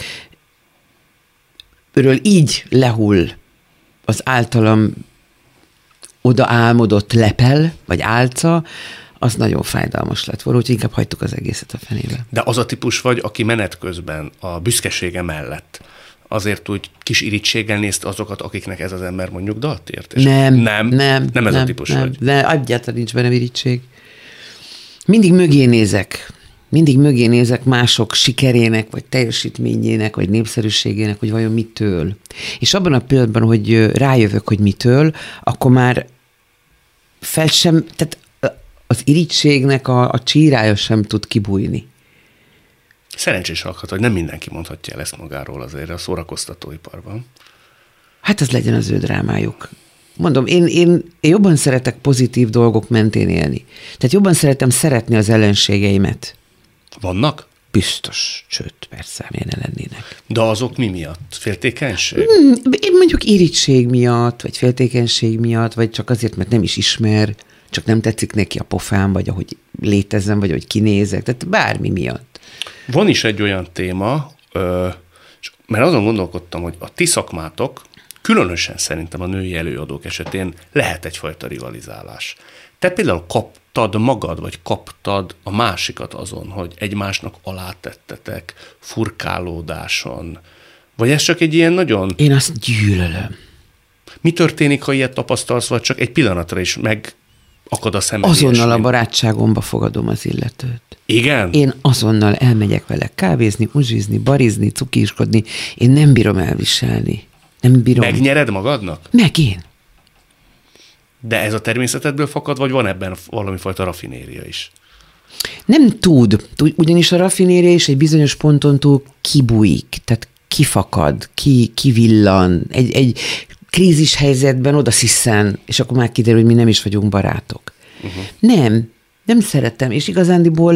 őről így lehull az általam oda álmodott lepel, vagy álca, az nagyon fájdalmas lett volna, úgyhogy inkább hagytuk az egészet a fenébe. De az a típus vagy, aki menet közben a büszkesége mellett azért úgy kis irítséggel nézte azokat, akiknek ez az ember mondjuk dalt írt? Nem, nem, nem. Nem ez nem, a típus nem, vagy? De egyáltalán nincs benne irítség. Mindig mögé nézek. Mindig mögé nézek mások sikerének, vagy teljesítményének, vagy népszerűségének, hogy vajon mitől. És abban a pillanatban, hogy rájövök, hogy mitől, akkor már fel sem, tehát az irítségnek a, a csírája sem tud kibújni. Szerencsés hallgat, hogy nem mindenki mondhatja el ezt magáról azért a szórakoztatóiparban. Hát ez legyen az ő drámájuk. Mondom, én, én, én jobban szeretek pozitív dolgok mentén élni. Tehát jobban szeretem szeretni az ellenségeimet. Vannak? Biztos, sőt, persze, miért ne lennének. De azok mi miatt? Féltékenység? Én mondjuk irítség miatt, vagy féltékenység miatt, vagy csak azért, mert nem is ismer, csak nem tetszik neki a pofám, vagy ahogy létezem, vagy ahogy kinézek, tehát bármi miatt. Van is egy olyan téma, mert azon gondolkodtam, hogy a ti szakmátok, különösen szerintem a női előadók esetén lehet egyfajta rivalizálás. Te például kap, láttad magad, vagy kaptad a másikat azon, hogy egymásnak alátettetek, furkálódáson, vagy ez csak egy ilyen nagyon... Én azt gyűlölöm. Mi történik, ha ilyet tapasztalsz, vagy csak egy pillanatra is megakad a szemed? Azonnal ilyesmi? a barátságomba fogadom az illetőt. Igen? Én azonnal elmegyek vele kávézni, uzsizni, barizni, cukiskodni. Én nem bírom elviselni. Nem bírom. Megnyered magadnak? Meg én. De ez a természetedből fakad, vagy van ebben valami fajta raffinéria is? Nem tud, ugyanis a raffinéria is egy bizonyos ponton túl kibújik, tehát kifakad, ki, kivillan, egy, egy krízis helyzetben oda sziszen, és akkor már kiderül, hogy mi nem is vagyunk barátok. Uh-huh. Nem, nem szeretem, és igazándiból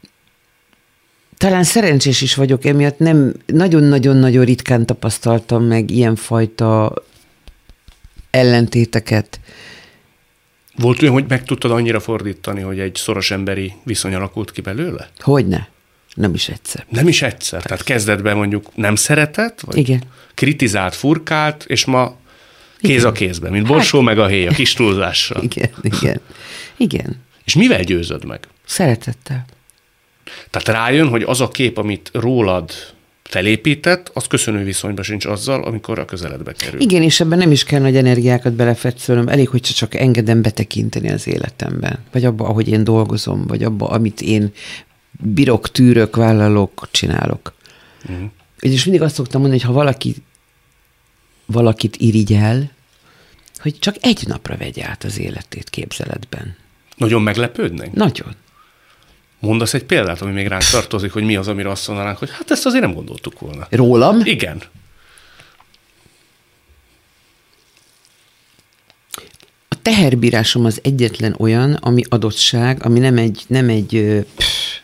talán szerencsés is vagyok emiatt, nem, nagyon-nagyon-nagyon ritkán tapasztaltam meg ilyenfajta ellentéteket. Volt olyan, hogy meg tudtad annyira fordítani, hogy egy szoros emberi viszony alakult ki belőle? Hogyne. Nem is egyszer. Nem is egyszer. Tehát kezdetben mondjuk nem szeretett, vagy igen. kritizált, furkált, és ma kéz igen. a kézben, mint borsó hát, meg a héj, a kis túlzással. Igen, igen. Igen. És mivel győzöd meg? Szeretettel. Tehát rájön, hogy az a kép, amit rólad felépített, az köszönő viszonyban sincs azzal, amikor a közeledbe kerül. Igen, és ebben nem is kell nagy energiákat belefetszölnöm, elég, hogy csak engedem betekinteni az életemben, vagy abba, ahogy én dolgozom, vagy abba, amit én bírok, tűrök, vállalok, csinálok. Uh-huh. És mindig azt szoktam mondani, hogy ha valaki valakit irigyel, hogy csak egy napra vegye át az életét képzeletben. Nagyon meglepődnek? Nagyon. Mondasz egy példát, ami még ránk tartozik, hogy mi az, amire azt mondanánk, hogy hát ezt azért nem gondoltuk volna. Rólam? Igen. A teherbírásom az egyetlen olyan, ami adottság, ami nem egy, nem egy, pff,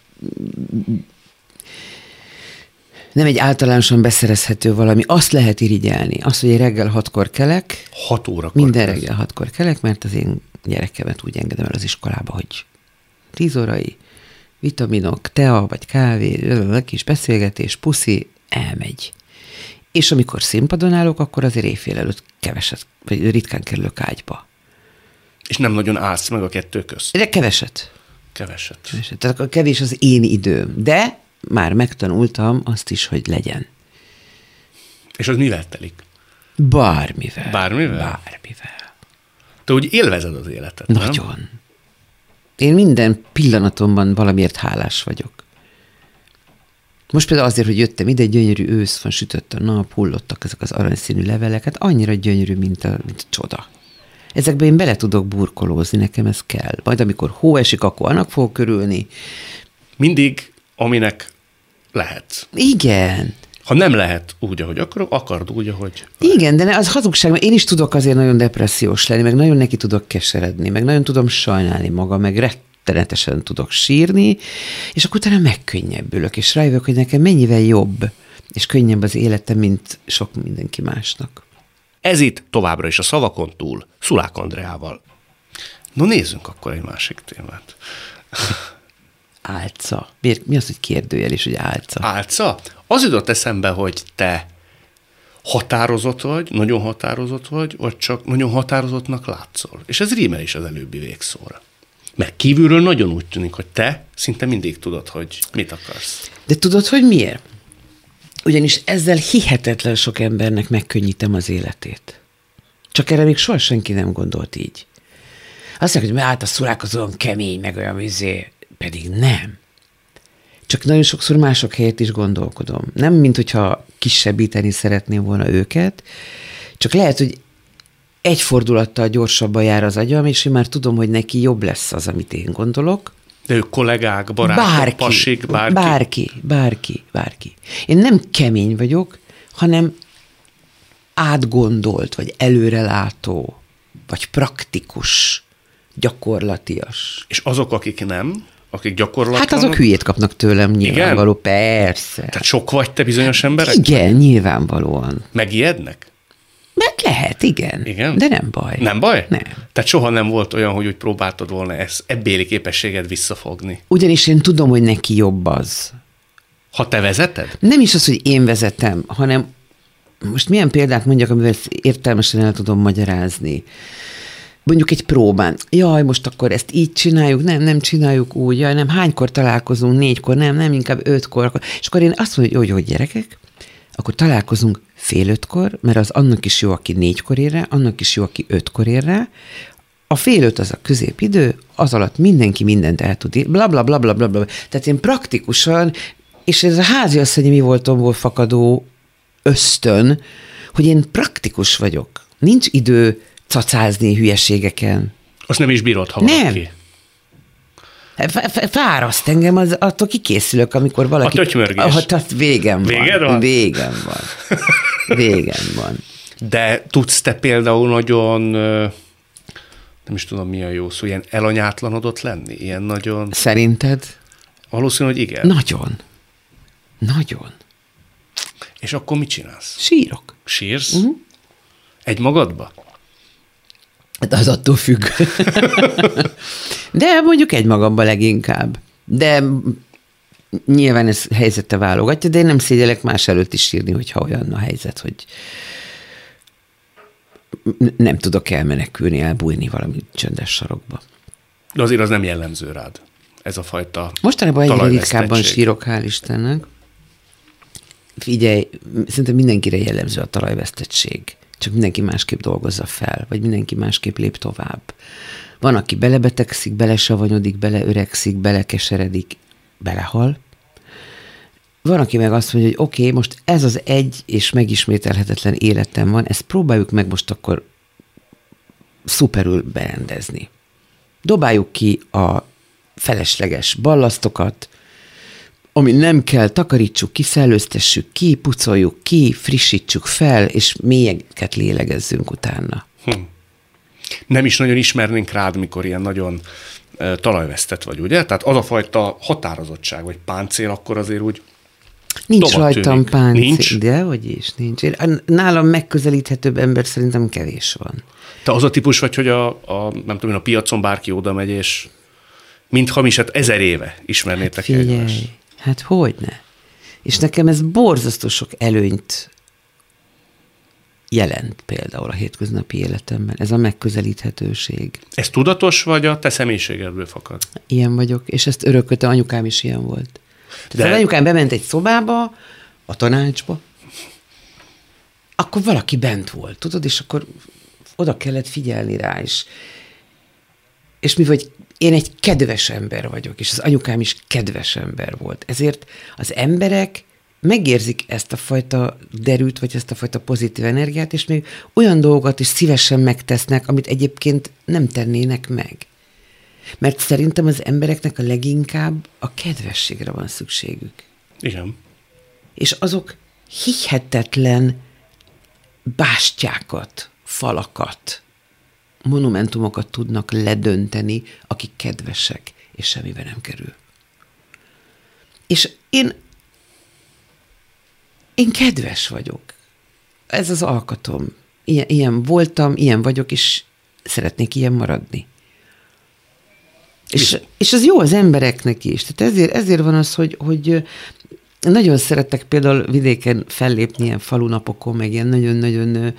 nem egy általánosan beszerezhető valami. Azt lehet irigyelni. Azt, hogy egy reggel hatkor kelek. Hat órakor. Minden kezd. Reggel hatkor kelek, mert az én gyerekemet úgy engedem el az iskolába, hogy tíz órai, vitaminok, tea vagy kávé, kis beszélgetés, puszi, elmegy. És amikor színpadon állok, akkor azért éjfél előtt keveset, vagy ritkán kerülök ágyba. És nem nagyon állsz meg a kettő közt? De keveset. Keveset. keveset. Tehát kevés az én időm. De már megtanultam azt is, hogy legyen. És az mivel telik? Bármivel. Bármivel? Bármivel. Te úgy élvezed az életet, nagyon. Nem? Én minden pillanatomban valamiért hálás vagyok. Most például azért, hogy jöttem ide, gyönyörű ősz van, sütött a nap, hullottak ezek az aranyszínű levelek, hát annyira gyönyörű, mint a, mint a csoda. Ezekben én bele tudok burkolózni, nekem ez kell. Majd amikor hó esik, akkor annak fogok körülni. Mindig, aminek lehet. Igen. Ha nem lehet úgy, ahogy akarok, akard úgy, ahogy... Igen, de az hazugság, mert én is tudok azért nagyon depressziós lenni, meg nagyon neki tudok keseredni, meg nagyon tudom sajnálni magam, meg rettenetesen tudok sírni, és akkor utána megkönnyebbülök, és rájövök, hogy nekem mennyivel jobb, és könnyebb az életem, mint sok mindenki másnak. Ez itt továbbra is a szavakon túl, Szulák Andreával. No, nézzünk akkor egy másik témát. Álca. Miért, mi az, hogy kérdőjel is, hogy álca? Álca? Az jutott eszembe, hogy te határozott vagy, nagyon határozott vagy, vagy csak nagyon határozottnak látszol. És ez rímel is az előbbi végszóra. Mert kívülről nagyon úgy tűnik, hogy te szinte mindig tudod, hogy mit akarsz. De tudod, hogy miért? Ugyanis ezzel hihetetlen sok embernek megkönnyítem az életét. Csak erre még soha senki nem gondolt így. Azt mondják, hogy hát a Szulák az olyan kemény, meg olyan izé, pedig nem. Csak nagyon sokszor mások helyett is gondolkodom. Nem, mint hogyha kisebbíteni szeretném volna őket, csak lehet, hogy egy fordulattal gyorsabban jár az agyam, és én már tudom, hogy neki jobb lesz az, amit én gondolok. De ők kollégák, barátok, bárki, pasik, bárki? Bárki, bárki, bárki. Én nem kemény vagyok, hanem átgondolt, vagy előrelátó, vagy praktikus, gyakorlatias. És azok, akik nem, akik gyakorlatilag... Hát azok hülyét kapnak tőlem, nyilvánvaló, igen? Persze. Tehát sok vagy te bizonyos emberek? Igen, nyilvánvalóan. Megijednek? Meg lehet, igen. Igen. De nem baj. Nem baj? Nem. Tehát soha nem volt olyan, hogy úgy próbáltad volna ezt, ebbéli képességed visszafogni. Ugyanis én tudom, hogy neki jobb az. Ha te vezeted? Nem is az, hogy én vezetem, hanem most milyen példát mondjak, amivel értelmesen el tudom magyarázni. mondjuk egy próbán, jaj, most akkor ezt így csináljuk, nem, nem csináljuk úgy, jaj, nem, hánykor találkozunk, négykor, nem, nem, inkább ötkor, akkor. És akkor én azt mondom, hogy jó, hogy gyerekek, akkor találkozunk fél ötkor, mert az annak is jó, aki négykor ér rá, annak is jó, aki ötkor ér rá. A fél öt az a középidő, az alatt mindenki mindent el tud írni, bla, bla, bla, bla, bla, bla. Tehát én praktikusan, és ez a háziasszonyi mi voltomból fakadó ösztön, hogy én praktikus vagyok. Nincs idő cacázni hülyeségeken. Azt nem is bírod, ha nem. valaki. Fáraszt engem, az, attól kikészülök, amikor valaki... A tötymörgés. Ah, tehát végem van. Véged van? Végem van. Végem van. De tudsz te például nagyon, nem is tudom mi a jó szó, ilyen elanyátlanodott lenni? Ilyen nagyon... Szerinted? Valószínű, hogy igen. Nagyon. Nagyon. És akkor mit csinálsz? Sírok. Sírsz? Uh-huh. Egy magadba? Az attól függ. De mondjuk egy magamban leginkább. De nyilván ez helyzete válogatja, de én nem szégyellek más előtt is sírni, hogyha olyan a helyzet, hogy nem tudok elmenekülni, elbújni valami csöndes sarokba. De azért az nem jellemző rád. Ez a fajta mostanában egyre ritkábban sírok, hál' Istennek. Figyelj, szerintem mindenkire jellemző a talajvesztettség. Csak mindenki másképp dolgozza fel, vagy mindenki másképp lép tovább. Van, aki belebetegszik, belesavanyodik, beleöregszik, belekeseredik, belehal. Van, aki meg azt mondja, hogy oké, okay, most ez az egy és megismételhetetlen életem van, ezt próbáljuk meg most akkor szuperül berendezni. Dobáljuk ki a felesleges ballasztokat, ami nem kell, takarítsuk ki, szellőztessük ki, pucoljuk ki, frissítsük fel, és mélyeket lélegezzünk utána. Hm. Nem is nagyon ismernénk rád, mikor ilyen nagyon uh, talajvesztett vagy, ugye? Tehát az a fajta határozottság, vagy páncél, akkor azért úgy nincs rajtam tűnik. páncél. Nincs? De hogy is, nincs. Én, nálam megközelíthetőbb ember szerintem kevés van. Te az a típus vagy, hogy a, a nem tudom, a piacon bárki oda megy, és mint hamisat ezer éve ismernétek hát egymást. Hát hogyne. És nekem ez borzasztó sok előnyt jelent például a hétköznapi életemben. Ez a megközelíthetőség. Ez tudatos, vagy a te személyiségedből fakad? Ilyen vagyok, és ezt örökölte, anyukám is ilyen volt. Tehát De... az anyukám bement egy szobába, a tanácsba, akkor valaki bent volt, tudod, és akkor oda kellett figyelni rá is. És mi vagy, én egy kedves ember vagyok, és az anyukám is kedves ember volt. Ezért az emberek megérzik ezt a fajta derűt, vagy ezt a fajta pozitív energiát, és még olyan dolgokat is szívesen megtesznek, amit egyébként nem tennének meg. Mert szerintem az embereknek a leginkább a kedvességre van szükségük. Igen. És azok hihetetlen bástyákat, falakat, monumentumokat tudnak ledönteni, akik kedvesek, és semmibe nem kerül. És én, én kedves vagyok. Ez az alkatom. Ilyen, ilyen voltam, ilyen vagyok, és szeretnék ilyen maradni. És, és az jó az embereknek is. Tehát ezért, ezért van az, hogy, hogy nagyon szeretek például vidéken fellépni ilyen falunapokon, meg ilyen nagyon-nagyon,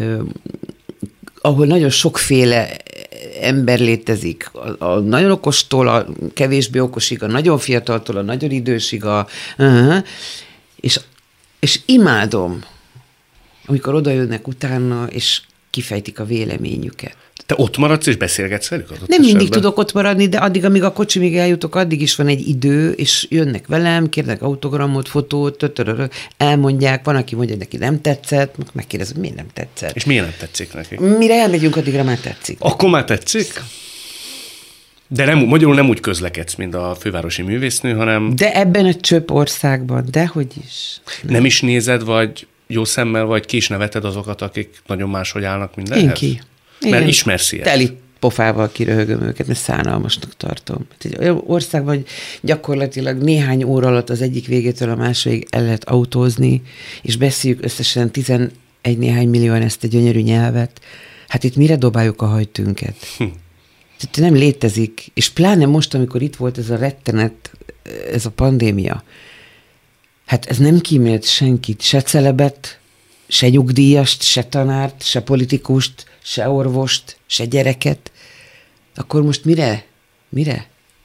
ahol nagyon sokféle ember létezik. A, a nagyon okostól, a kevésbé okosig, a nagyon fiataltól, a nagyon idősig, a, uh-huh, és, és imádom, amikor oda jönnek utána, és kifejtik a véleményüket. Te ott maradsz és beszélgetsz velük? Nem mindig esetben? Tudok ott maradni, de addig, amíg a kocsimig eljutok, addig is van egy idő, és jönnek velem, kérnek autogramot, fotót, tötörörö, elmondják, van, aki mondja, hogy neki nem tetszett, megkérdez, hogy miért nem tetszett. És miért nem tetszik neki? Mire elmegyünk, addigra már tetszik. Akkor már tetszik? De nem, magyarul nem úgy közlekedsz, mint a fővárosi művésznő, hanem... De ebben a csöpp országban, dehogy is. Nem, nem is nézed, vagy jó szemmel, vagy ki is neveted azokat, akik nagyon máshogy állnak mindenhez? Én ki. Mert én ismersz ilyet. Teli pofával kiröhögöm őket, mert szánalmasnak tartom. Egy olyan országban, hogy gyakorlatilag néhány óra alatt az egyik végétől a második el lehet autózni, és beszéljük összesen tizenegy néhány millióan ezt a gyönyörű nyelvet. Hát itt mire dobáljuk a hajtünket? Hm. Tehát nem létezik, és pláne most, amikor itt volt ez a rettenet, ez a pandémia, hát ez nem kímélt senkit, se celebet, se nyugdíjast, se tanárt, se politikust, se orvost, se gyereket. Akkor most mire? Mire?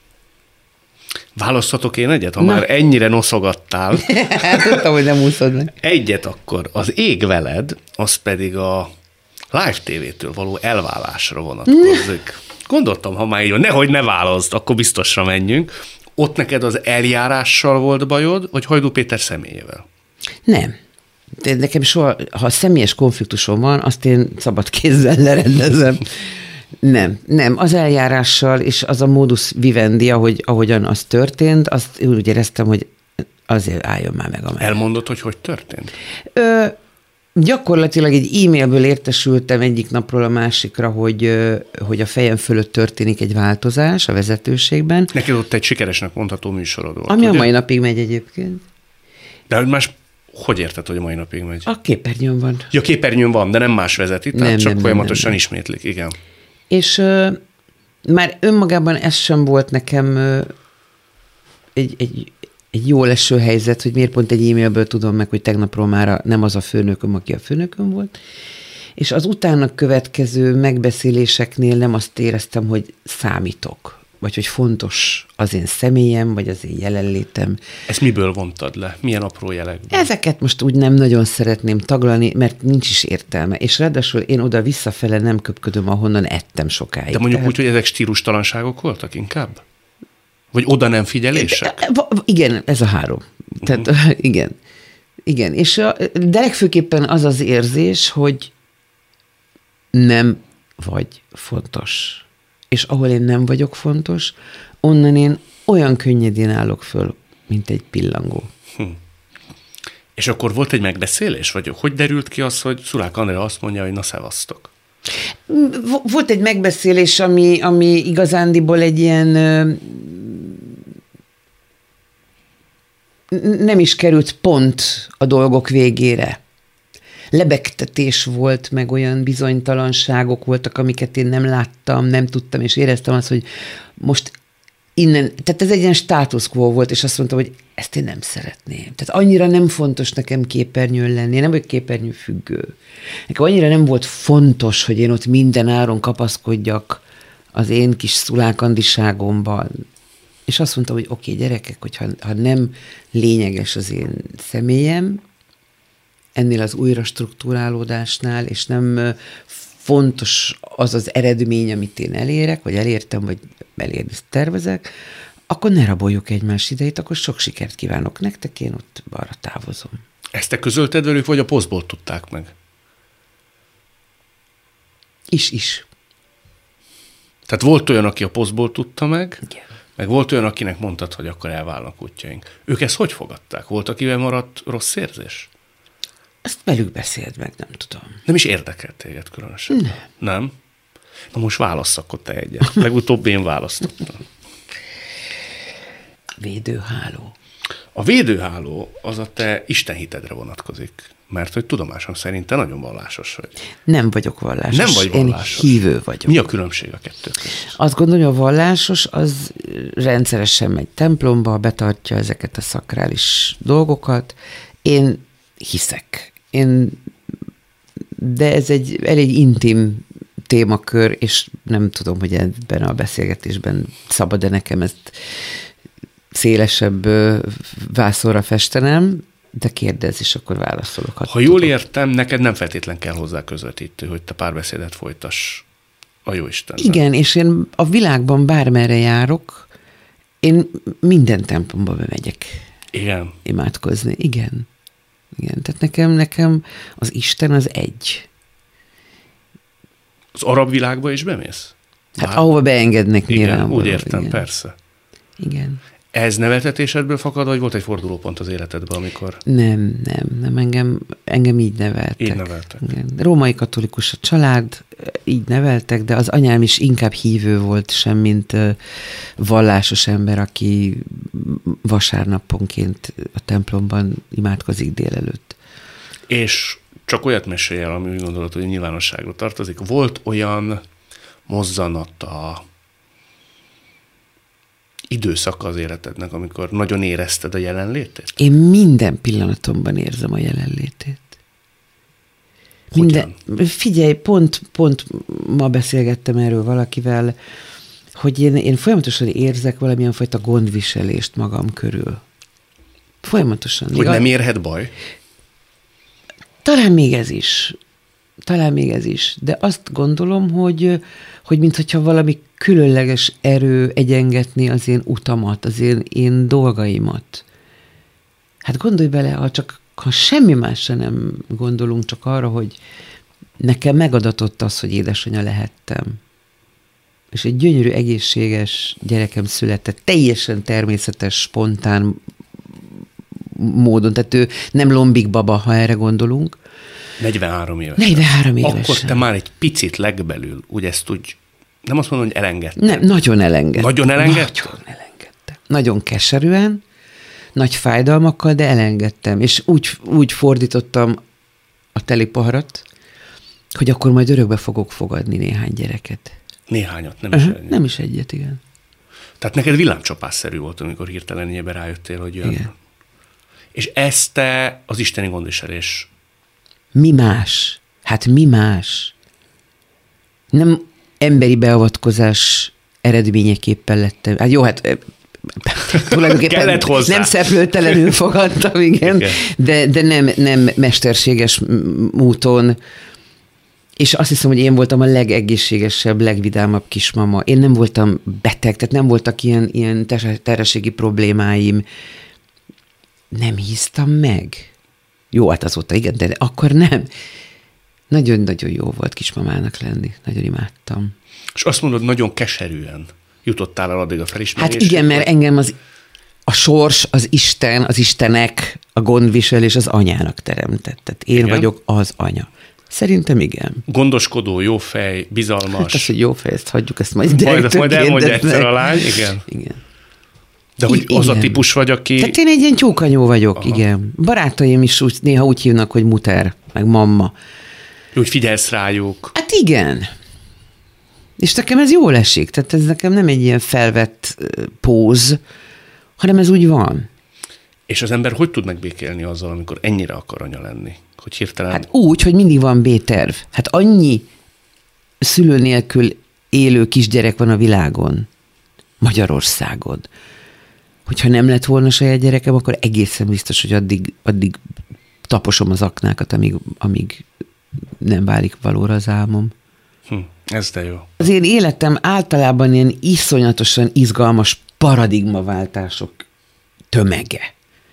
Választhatok én egyet, ha Na. már ennyire noszogattál. Hát tudtam, hogy nem úszod meg. Egyet akkor. Az Ég veled, az pedig a Live té vétől való elválásra vonatkozik. Gondoltam, ha már így van, nehogy ne válaszd, akkor biztosra menjünk. Ott neked az eljárással volt bajod, vagy Hajdú Péter személyével? Nem. De nekem soha, ha személyes konfliktusom van, azt én szabad kézzel lerendezem. Nem, nem. Az eljárással és az a modus vivendi, ahogy, ahogyan az történt, azt úgy éreztem, hogy azért álljon már meg a meg. Elmondod, hogy hogy történt? Ö, gyakorlatilag egy e-mailből értesültem egyik napról a másikra, hogy, hogy a fejem fölött történik egy változás a vezetőségben. Neked ott egy sikeresnek mondható műsorod volt. Ami ugye? A mai napig megy egyébként. De más, hogy érted, hogy a mai napig megy? A képernyőn van. Ja, képernyőn van, de nem más vezeti, tehát nem, csak nem, folyamatosan nem, nem. ismétlik, igen. És ö, már önmagában ez sem volt nekem ö, egy, egy, egy jó leső helyzet, hogy miért pont egy e-mailből tudom meg, hogy tegnapról már nem az a főnököm, aki a főnököm volt. És az utána következő megbeszéléseknél nem azt éreztem, hogy számítok, vagy hogy fontos az én személyem, vagy az én jelenlétem. Ezt miből vontad le? Milyen apró jelekből? Ezeket most úgy nem nagyon szeretném taglalni, mert nincs is értelme. És ráadásul én oda visszafele nem köpködöm, ahonnan ettem sokáig. De mondjuk Tehát... úgy, hogy ezek stílustalanságok voltak inkább? Vagy oda nem figyelések? Igen, ez a három. Tehát uh-huh. igen. Igen. És a, de legfőképpen az az érzés, hogy nem vagy fontos. És ahol én nem vagyok fontos, onnan én olyan könnyedén állok föl, mint egy pillangó. Hm. És akkor volt egy megbeszélés? Vagy hogy derült ki az, hogy Szulák Andrea azt mondja, hogy na szevasztok? Volt egy megbeszélés, ami, ami igazándiból egy ilyen nem is került pont a dolgok végére. Lebegtetés volt, meg olyan bizonytalanságok voltak, amiket én nem láttam, nem tudtam, és éreztem azt, hogy most innen, tehát ez egy ilyen status quo volt, és azt mondtam, hogy ezt én nem szeretném. Tehát annyira nem fontos nekem képernyőn lenni, én nem vagyok képernyő függő. Nekem annyira nem volt fontos, hogy én ott minden áron kapaszkodjak az én kis Szulák Andiságomban. És azt mondtam, hogy oké, okay, gyerekek, hogyha ha nem lényeges az én személyem, ennél az újra struktúrálódásnál, és nem fontos az az eredmény, amit én elérek, vagy elértem, vagy elérni tervezek, akkor ne raboljuk egymás idejét, akkor sok sikert kívánok nektek, én ott arra távozom. Ezt te közölted velük, vagy a posztból tudták meg? Is, is. Tehát volt olyan, aki a posztból tudta meg, Igen. Meg volt olyan, akinek mondtad, hogy akkor elválnak útjaink. Ők ezt hogy fogadták? Volt, akivel maradt rossz érzés? Ezt velük beszélt meg, nem tudom. Nem is érdekelt téged különösen? Nem. Nem? Na most válasz akkor te egyet. Legutóbb én választottam. Védőháló. A védőháló az a te istenhitedre vonatkozik. Mert hogy tudomásom szerint te nagyon vallásos vagy. Nem vagyok vallásos. Nem vagy vallásos. Én hívő vagyok. Mi a különbség a kettő között? Azt gondolom, hogy a vallásos az rendszeresen megy templomba, betartja ezeket a szakrális dolgokat. Én hiszek. Én, de ez egy elég intim témakör, és nem tudom, hogy ebben a beszélgetésben szabad-e nekem ezt szélesebb vászorra festenem, de kérdezz, és akkor válaszolok. Ha jól tudom. Értem, neked nem feltétlen kell hozzá közvetítő, hogy te párbeszédet folytass a Jóistennel. Igen, és én a világban bármerre járok, én minden templomba bemegyek. Igen. Imádkozni. Igen. Igen. Tehát nekem, nekem az Isten az egy. Az arab világba is bemész? Hát Bár... ahova beengednek igen, nyilván. úgy értem, igen. Persze. Igen. Ez neveltetésedből fakad, vagy volt egy fordulópont az életedben, amikor... Nem, nem, nem, engem, engem így neveltek. Így neveltek. Igen. Római katolikus a család, így neveltek, de az anyám is inkább hívő volt sem, mint vallásos ember, aki vasárnaponként a templomban imádkozik délelőtt. És csak olyat mesélj el, ami úgy gondolod, hogy nyilvánosságra tartozik. Volt olyan mozzanata, időszaka az életednek, amikor nagyon érezted a jelenlétét? Én minden pillanatomban érzem a jelenlétét. Minden, figyelj, pont, pont ma beszélgettem erről valakivel, hogy én, én folyamatosan érzek valamilyen fajta gondviselést magam körül. Folyamatosan. Hogy nem érhet baj? Talán még ez is. Talán még ez is. De azt gondolom, hogy, hogy mintha valami különleges erő egyengetni az én utamat, az én, én dolgaimat. Hát gondolj bele, ha csak ha semmi másra nem gondolunk, csak arra, hogy nekem megadatott az, hogy édesanyja lehettem. És egy gyönyörű, egészséges gyerekem született, teljesen természetes, spontán módon. Tehát ő nem lombik baba, ha erre gondolunk. negyvenhárom évesen. negyvenhárom évesen. Akkor te már egy picit legbelül, úgy ezt úgy, nem azt mondom, hogy elengedtem. Nem, nagyon elengedtem. Nagyon elengedtem? Nagyon elengedtem. Nagyon keserűen, nagy fájdalmakkal, de elengedtem. És úgy, úgy fordítottam a teli poharat, hogy akkor majd örökbe fogok fogadni néhány gyereket. Néhányat, nem is Uh-huh, egyet. nem is egyet, igen. Tehát neked villámcsapásszerű volt, amikor hirtelen ilyenbe rájöttél, hogy jön. Igen. És ezt te az isteni gondviselés. Mi más? Hát mi más? Nem emberi beavatkozás eredményeképpen lettem. Hát jó, hát tulajdonképpen nem szeplőtelenül fogadtam, igen, igen. De, de nem, nem mesterséges úton. És azt hiszem, hogy én voltam a legegészségesebb, legvidámabb kismama. Én nem voltam beteg, tehát nem voltak ilyen, ilyen terhességi problémáim. Nem hisztam meg. Jó, hát azóta igen, de akkor nem. Nagyon-nagyon jó volt kismamának lenni. Nagyon imádtam. És azt mondod, nagyon keserűen jutottál el addig a felismerésre. Hát igen, mert engem az, a sors, az Isten, az Istenek, a gondviselés az anyának teremtett. Tehát én igen. vagyok az anya. Szerintem igen. Gondoskodó, jó fej, bizalmas. Hát az, hogy jó fej, ezt hagyjuk, ezt majd Majd, majd elmondja egyszer a lány, igen. Igen. De hogy igen. az a típus vagy, aki... Tehát én egy ilyen tyúkanyó vagyok, aha. igen. Barátaim is úgy, néha úgy hívnak, hogy muter, meg mamma. Úgy figyelsz rájuk. Hát igen. És nekem ez jól esik. Tehát ez nekem nem egy ilyen felvett póz, hanem ez úgy van. És az ember hogy tud megbékélni azzal, amikor ennyire akar anya lenni? Hogy hirtelen... Hát úgy, hogy mindig van B-terv. Hát annyi szülő nélkül élő kisgyerek van a világon, Magyarországon, hogyha nem lett volna saját gyerekem, akkor egészen biztos, hogy addig, addig taposom az aknákat, amíg, amíg nem válik valóra az álmom. Hm, ez de jó. Az én életem általában ilyen iszonyatosan izgalmas paradigmaváltások tömege.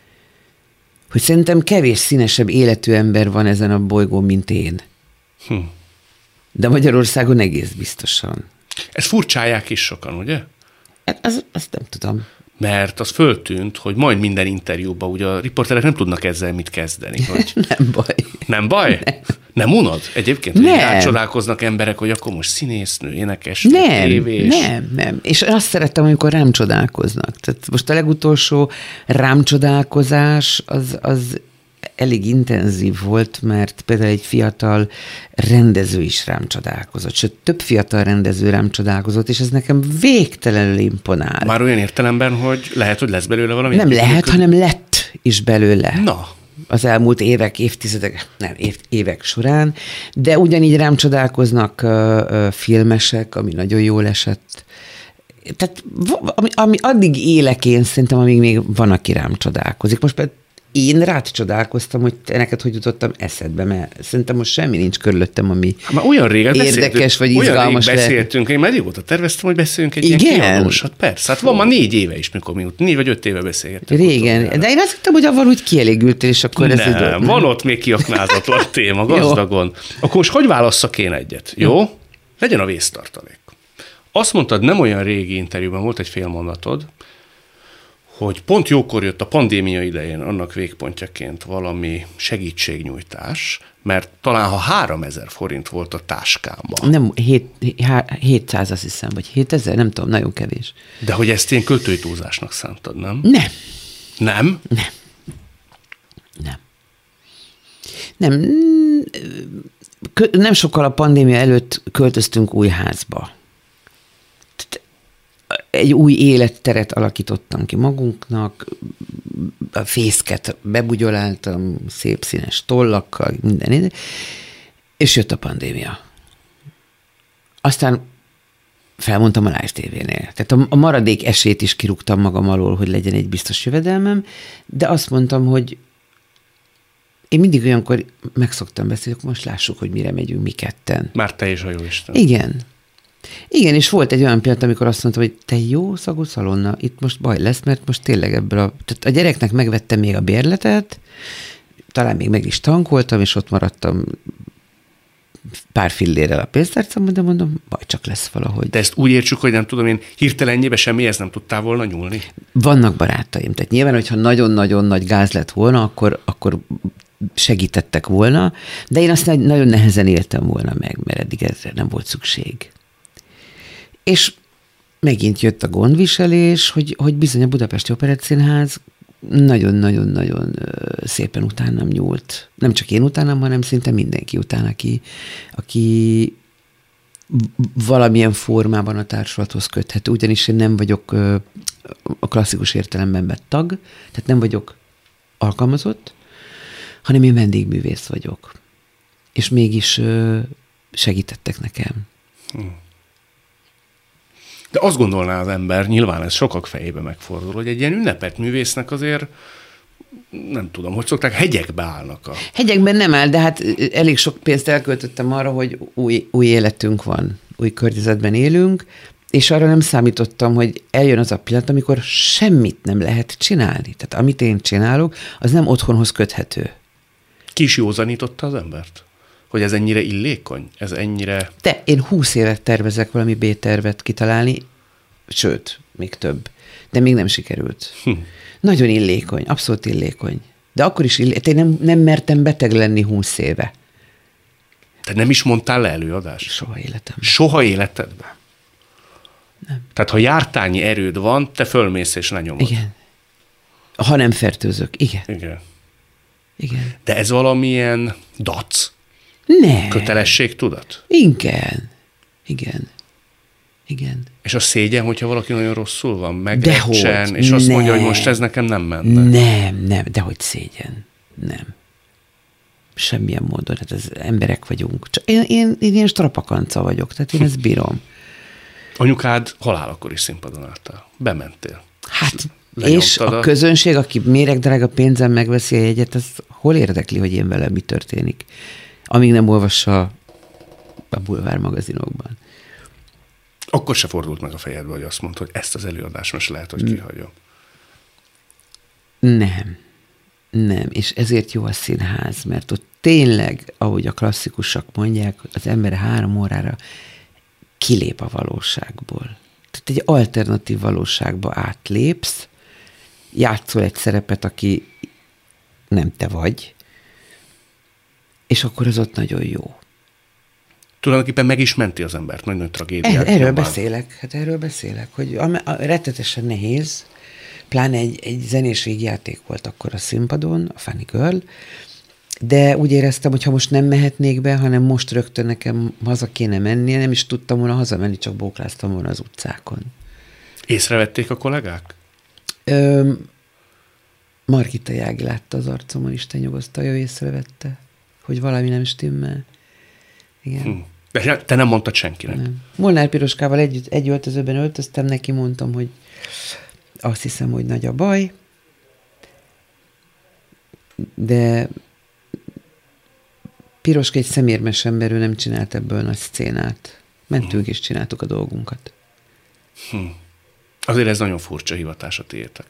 Hogy szerintem kevés színesebb életű ember van ezen a bolygón, mint én. Hm. De Magyarországon egész biztosan. Ezt furcsálják is sokan, ugye? Az, azt nem tudom. Mert az föltűnt, hogy majd minden interjúban ugye a riporterek nem tudnak ezzel mit kezdeni. Hogy... nem baj. Nem baj? Nem, nem unod? Egyébként, hogy rácsodálkoznak emberek, hogy akkor most színésznő, énekes, nem, tévés. Nem, nem. És azt szerettem, amikor rám csodálkoznak. Tehát most a legutolsó rám csodálkozás az, az elég intenzív volt, mert például egy fiatal rendező is rám csodálkozott, sőt, több fiatal rendező rám csodálkozott, és ez nekem végtelenül imponál. Már olyan értelemben, hogy lehet, hogy lesz belőle valami? Nem lehet, működő? hanem lett is belőle. Na. Az elmúlt évek, évtizedek, nem, év, évek során, de ugyanígy rám csodálkoznak uh, uh, filmesek, ami nagyon jól esett. Tehát ami, ami addig élek én, szerintem, amíg még van, aki rám csodálkozik. Most például én rád csodálkoztam, hogy te neked hogy jutottam eszedbe, mert szerintem most semmi nincs körülöttem, ami hát olyan régen érdekes vagy izgalmas. Olyan rég beszéltünk, én már régóta terveztem, hogy beszéljünk egy igen? ilyen kiadósat. Persze, hát van már négy éve is, mikor mi négy vagy öt éve beszélgettünk. Régen, de én azt hittem, hogy avval úgy kielégültél, és akkor nem, ez egy dolog. Van ott még kiaknázatlan téma, gazdagon. Akkor most hogy válasszak én egyet, jó? jó? Legyen a vésztartalék. Azt mondtad, nem olyan régi interjúban volt egy fél mondatod, hogy pont jókor jött a pandémia idején annak végpontjaként valami segítségnyújtás, mert talán ha háromezer forint volt a táskámban. Nem, hétszáz azt hiszem, vagy hétezer, nem tudom, nagyon kevés. De hogy ezt én költői túlzásnak szántad, nem? Nem. Nem? Nem. Nem. Nem. Nem sokkal a pandémia előtt költöztünk új házba. Egy új életteret alakítottam ki magunknak, a fészket bebugyoláltam, szép színes tollakkal, minden. És jött a pandémia. Aztán felmondtam a Live té vénél. Tehát a, a maradék esélyt is kirúgtam magam alól, hogy legyen egy biztos jövedelmem, de azt mondtam, hogy én mindig olyankor megszoktam beszélni, akkor most lássuk, hogy mire megyünk mi ketten. Már te is a jóisten. Igen. Igen, és volt egy olyan pillanat, amikor azt mondtam, hogy te jó szagú szalonna, itt most baj lesz, mert most tényleg ebből a... Tehát a gyereknek megvettem még a bérletet, talán még meg is tankoltam, és ott maradtam pár fillérrel a pénztárcamban, de mondom, baj csak lesz valahogy. De ezt úgy értsük, hogy nem tudom én, hirtelenjében semmihez nem tudtál volna nyúlni? Vannak barátaim, tehát nyilván, hogyha nagyon-nagyon nagy gáz lett volna, akkor, akkor segítettek volna, de én azt nagyon nehezen éltem volna meg, mert eddig ezre nem volt szükség. És megint jött a gondviselés, hogy, hogy bizony a Budapesti Operettszínház nagyon-nagyon-nagyon szépen utánam nyúlt. Nem csak én utánam, hanem szinte mindenki után, aki, aki valamilyen formában a társulathoz köthető. Ugyanis én nem vagyok a klasszikus értelemben vett tag, tehát nem vagyok alkalmazott, hanem én vendégművész vagyok. És mégis segítettek nekem. Hmm. De azt gondolná az ember, nyilván ez sokak fejébe megfordul, hogy egy ilyen ünnepelt művésznek azért, nem tudom, hogy szokták, hegyekbe állnak a... Hegyekben nem áll, de hát elég sok pénzt elköltöttem arra, hogy új, új életünk van, új környezetben élünk, és arra nem számítottam, hogy eljön az a pillanat, amikor semmit nem lehet csinálni. Tehát amit én csinálok, az nem otthonhoz köthető. Ki is józanította az embert? Hogy ez ennyire illékony? Ez ennyire... De én húsz évet tervezek valami B-tervet kitalálni, sőt, még több. De még nem sikerült. Hm. Nagyon illékony, abszolút illékony. De akkor is illékony. Én nem, nem mertem beteg lenni húsz éve. Te nem is mondtál le előadást? Soha életemben. Soha életedben? Nem. Tehát ha jártányi erőd van, te fölmész és lenyomod. Igen. Ha nem fertőzök, igen. Igen. Igen. De ez valamilyen dac? Nem. Kötelességtudat? Igen. Igen. Igen. És a szégyen, hogyha valaki nagyon rosszul van, megrecsen, és azt nem. mondja, hogy most ez nekem nem menne. Nem, nem, dehogy szégyen. Nem. Semmilyen módon. Hát az emberek vagyunk. Csak én, én, én ilyen strapakanca vagyok, tehát én ezt bírom. Anyukád halálakor is színpadon álltál. Bementél. Hát, és a, a közönség, aki méregdrága pénzen megveszi a jegyet, az hol érdekli, hogy én velem mi történik? Amíg nem olvassa a bulvár magazinokban. Akkor se fordult meg a fejedbe, hogy azt mondta, hogy ezt az előadást most lehet, hogy kihagyom. Nem. Nem. És ezért jó a színház, mert ott tényleg, ahogy a klasszikusok mondják, az ember három órára kilép a valóságból. Tehát egy alternatív valóságba átlépsz, játszol egy szerepet, aki nem te vagy, és akkor az ott nagyon jó. Tulajdonképpen meg is menti az embert, nagy-nagy tragédiák. Erről nyomán. beszélek, hát erről beszélek, hogy a, a, rettetesen nehéz, pláne egy, egy zenés végjáték volt akkor a színpadon, a Funny Girl, de úgy éreztem, hogy ha most nem mehetnék be, hanem most rögtön nekem haza kéne mennie, nem is tudtam volna hazamenni, csak bókláztam volna az utcákon. Észrevették a kollégák? Ö, Margita Jági látta az arcomon, Isten nyugosztalja, ő észrevette, hogy valami nem stimmel. Igen. Hm. De te nem mondtad senkinek? Nem. Molnár Piroskával együtt, egy öltözőben öltöztem, neki mondtam, hogy azt hiszem, hogy nagy a baj, de Piroska egy szemérmes ember, ő nem csinált ebből nagy szcénát. Mentünk hm. és csináltuk a dolgunkat. Hm. Azért ez nagyon furcsa hivatás a tiétek.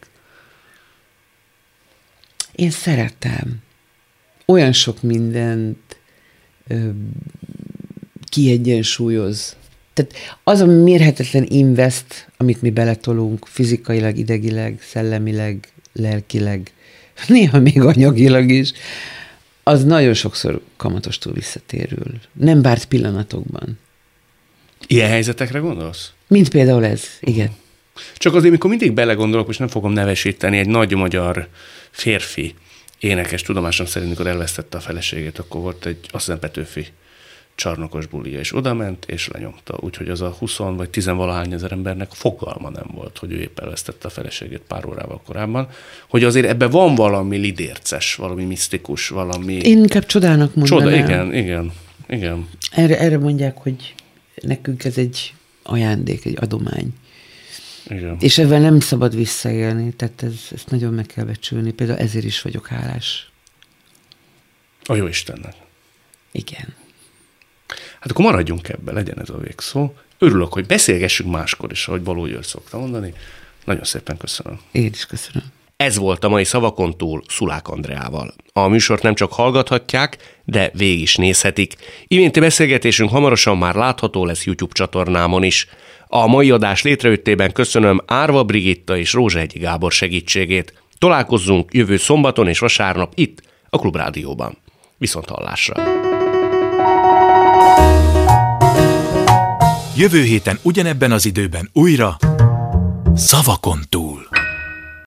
Én szeretem. Olyan sok mindent ö, kiegyensúlyoz. Tehát az a mérhetetlen invest, amit mi beletolunk fizikailag, idegileg, szellemileg, lelkileg, néha még anyagilag is, az nagyon sokszor kamatostól visszatérül. Nem bárt pillanatokban. Ilyen helyzetekre gondolsz? Mint például ez, igen. Csak azért, mikor mindig belegondolok, és nem fogom nevesíteni, egy nagy magyar férfi énekes, tudomásom szerint, mikor elvesztette a feleségét, akkor volt egy, azt hiszem, Petőfi csarnokos bulia, és oda ment, és lenyomta. Úgyhogy az a húsz vagy tíz-valahány ezer embernek fogalma nem volt, hogy ő épp elvesztette a feleségét pár órával korábban, hogy azért ebben van valami lidérces, valami misztikus, valami... Én inkább csodának mondanám. Csoda, igen, igen. Igen. Erre, erre mondják, hogy nekünk ez egy ajándék, egy adomány. Igen. És ezzel nem szabad visszaélni, tehát ez, ezt nagyon meg kell becsülni. Például ezért is vagyok hálás. A jó Istennek. Igen. Hát akkor maradjunk ebben, legyen ez a végszó. Örülök, hogy beszélgessünk máskor is, ahogy Baló György szokta mondani. Nagyon szépen köszönöm. Én is köszönöm. Ez volt a mai Szavakon túl Szulák Andreával. A műsort nem csak hallgathatják, de végig is nézhetik. Iménti beszélgetésünk hamarosan már látható lesz YouTube csatornámon is. A mai adás létrejöttében köszönöm Árva Brigitta és Rózsahegyi Gábor segítségét. Találkozzunk jövő szombaton és vasárnap itt, a Klubrádióban. Viszont hallásra! Jövő héten ugyanebben az időben újra Szavakon túl.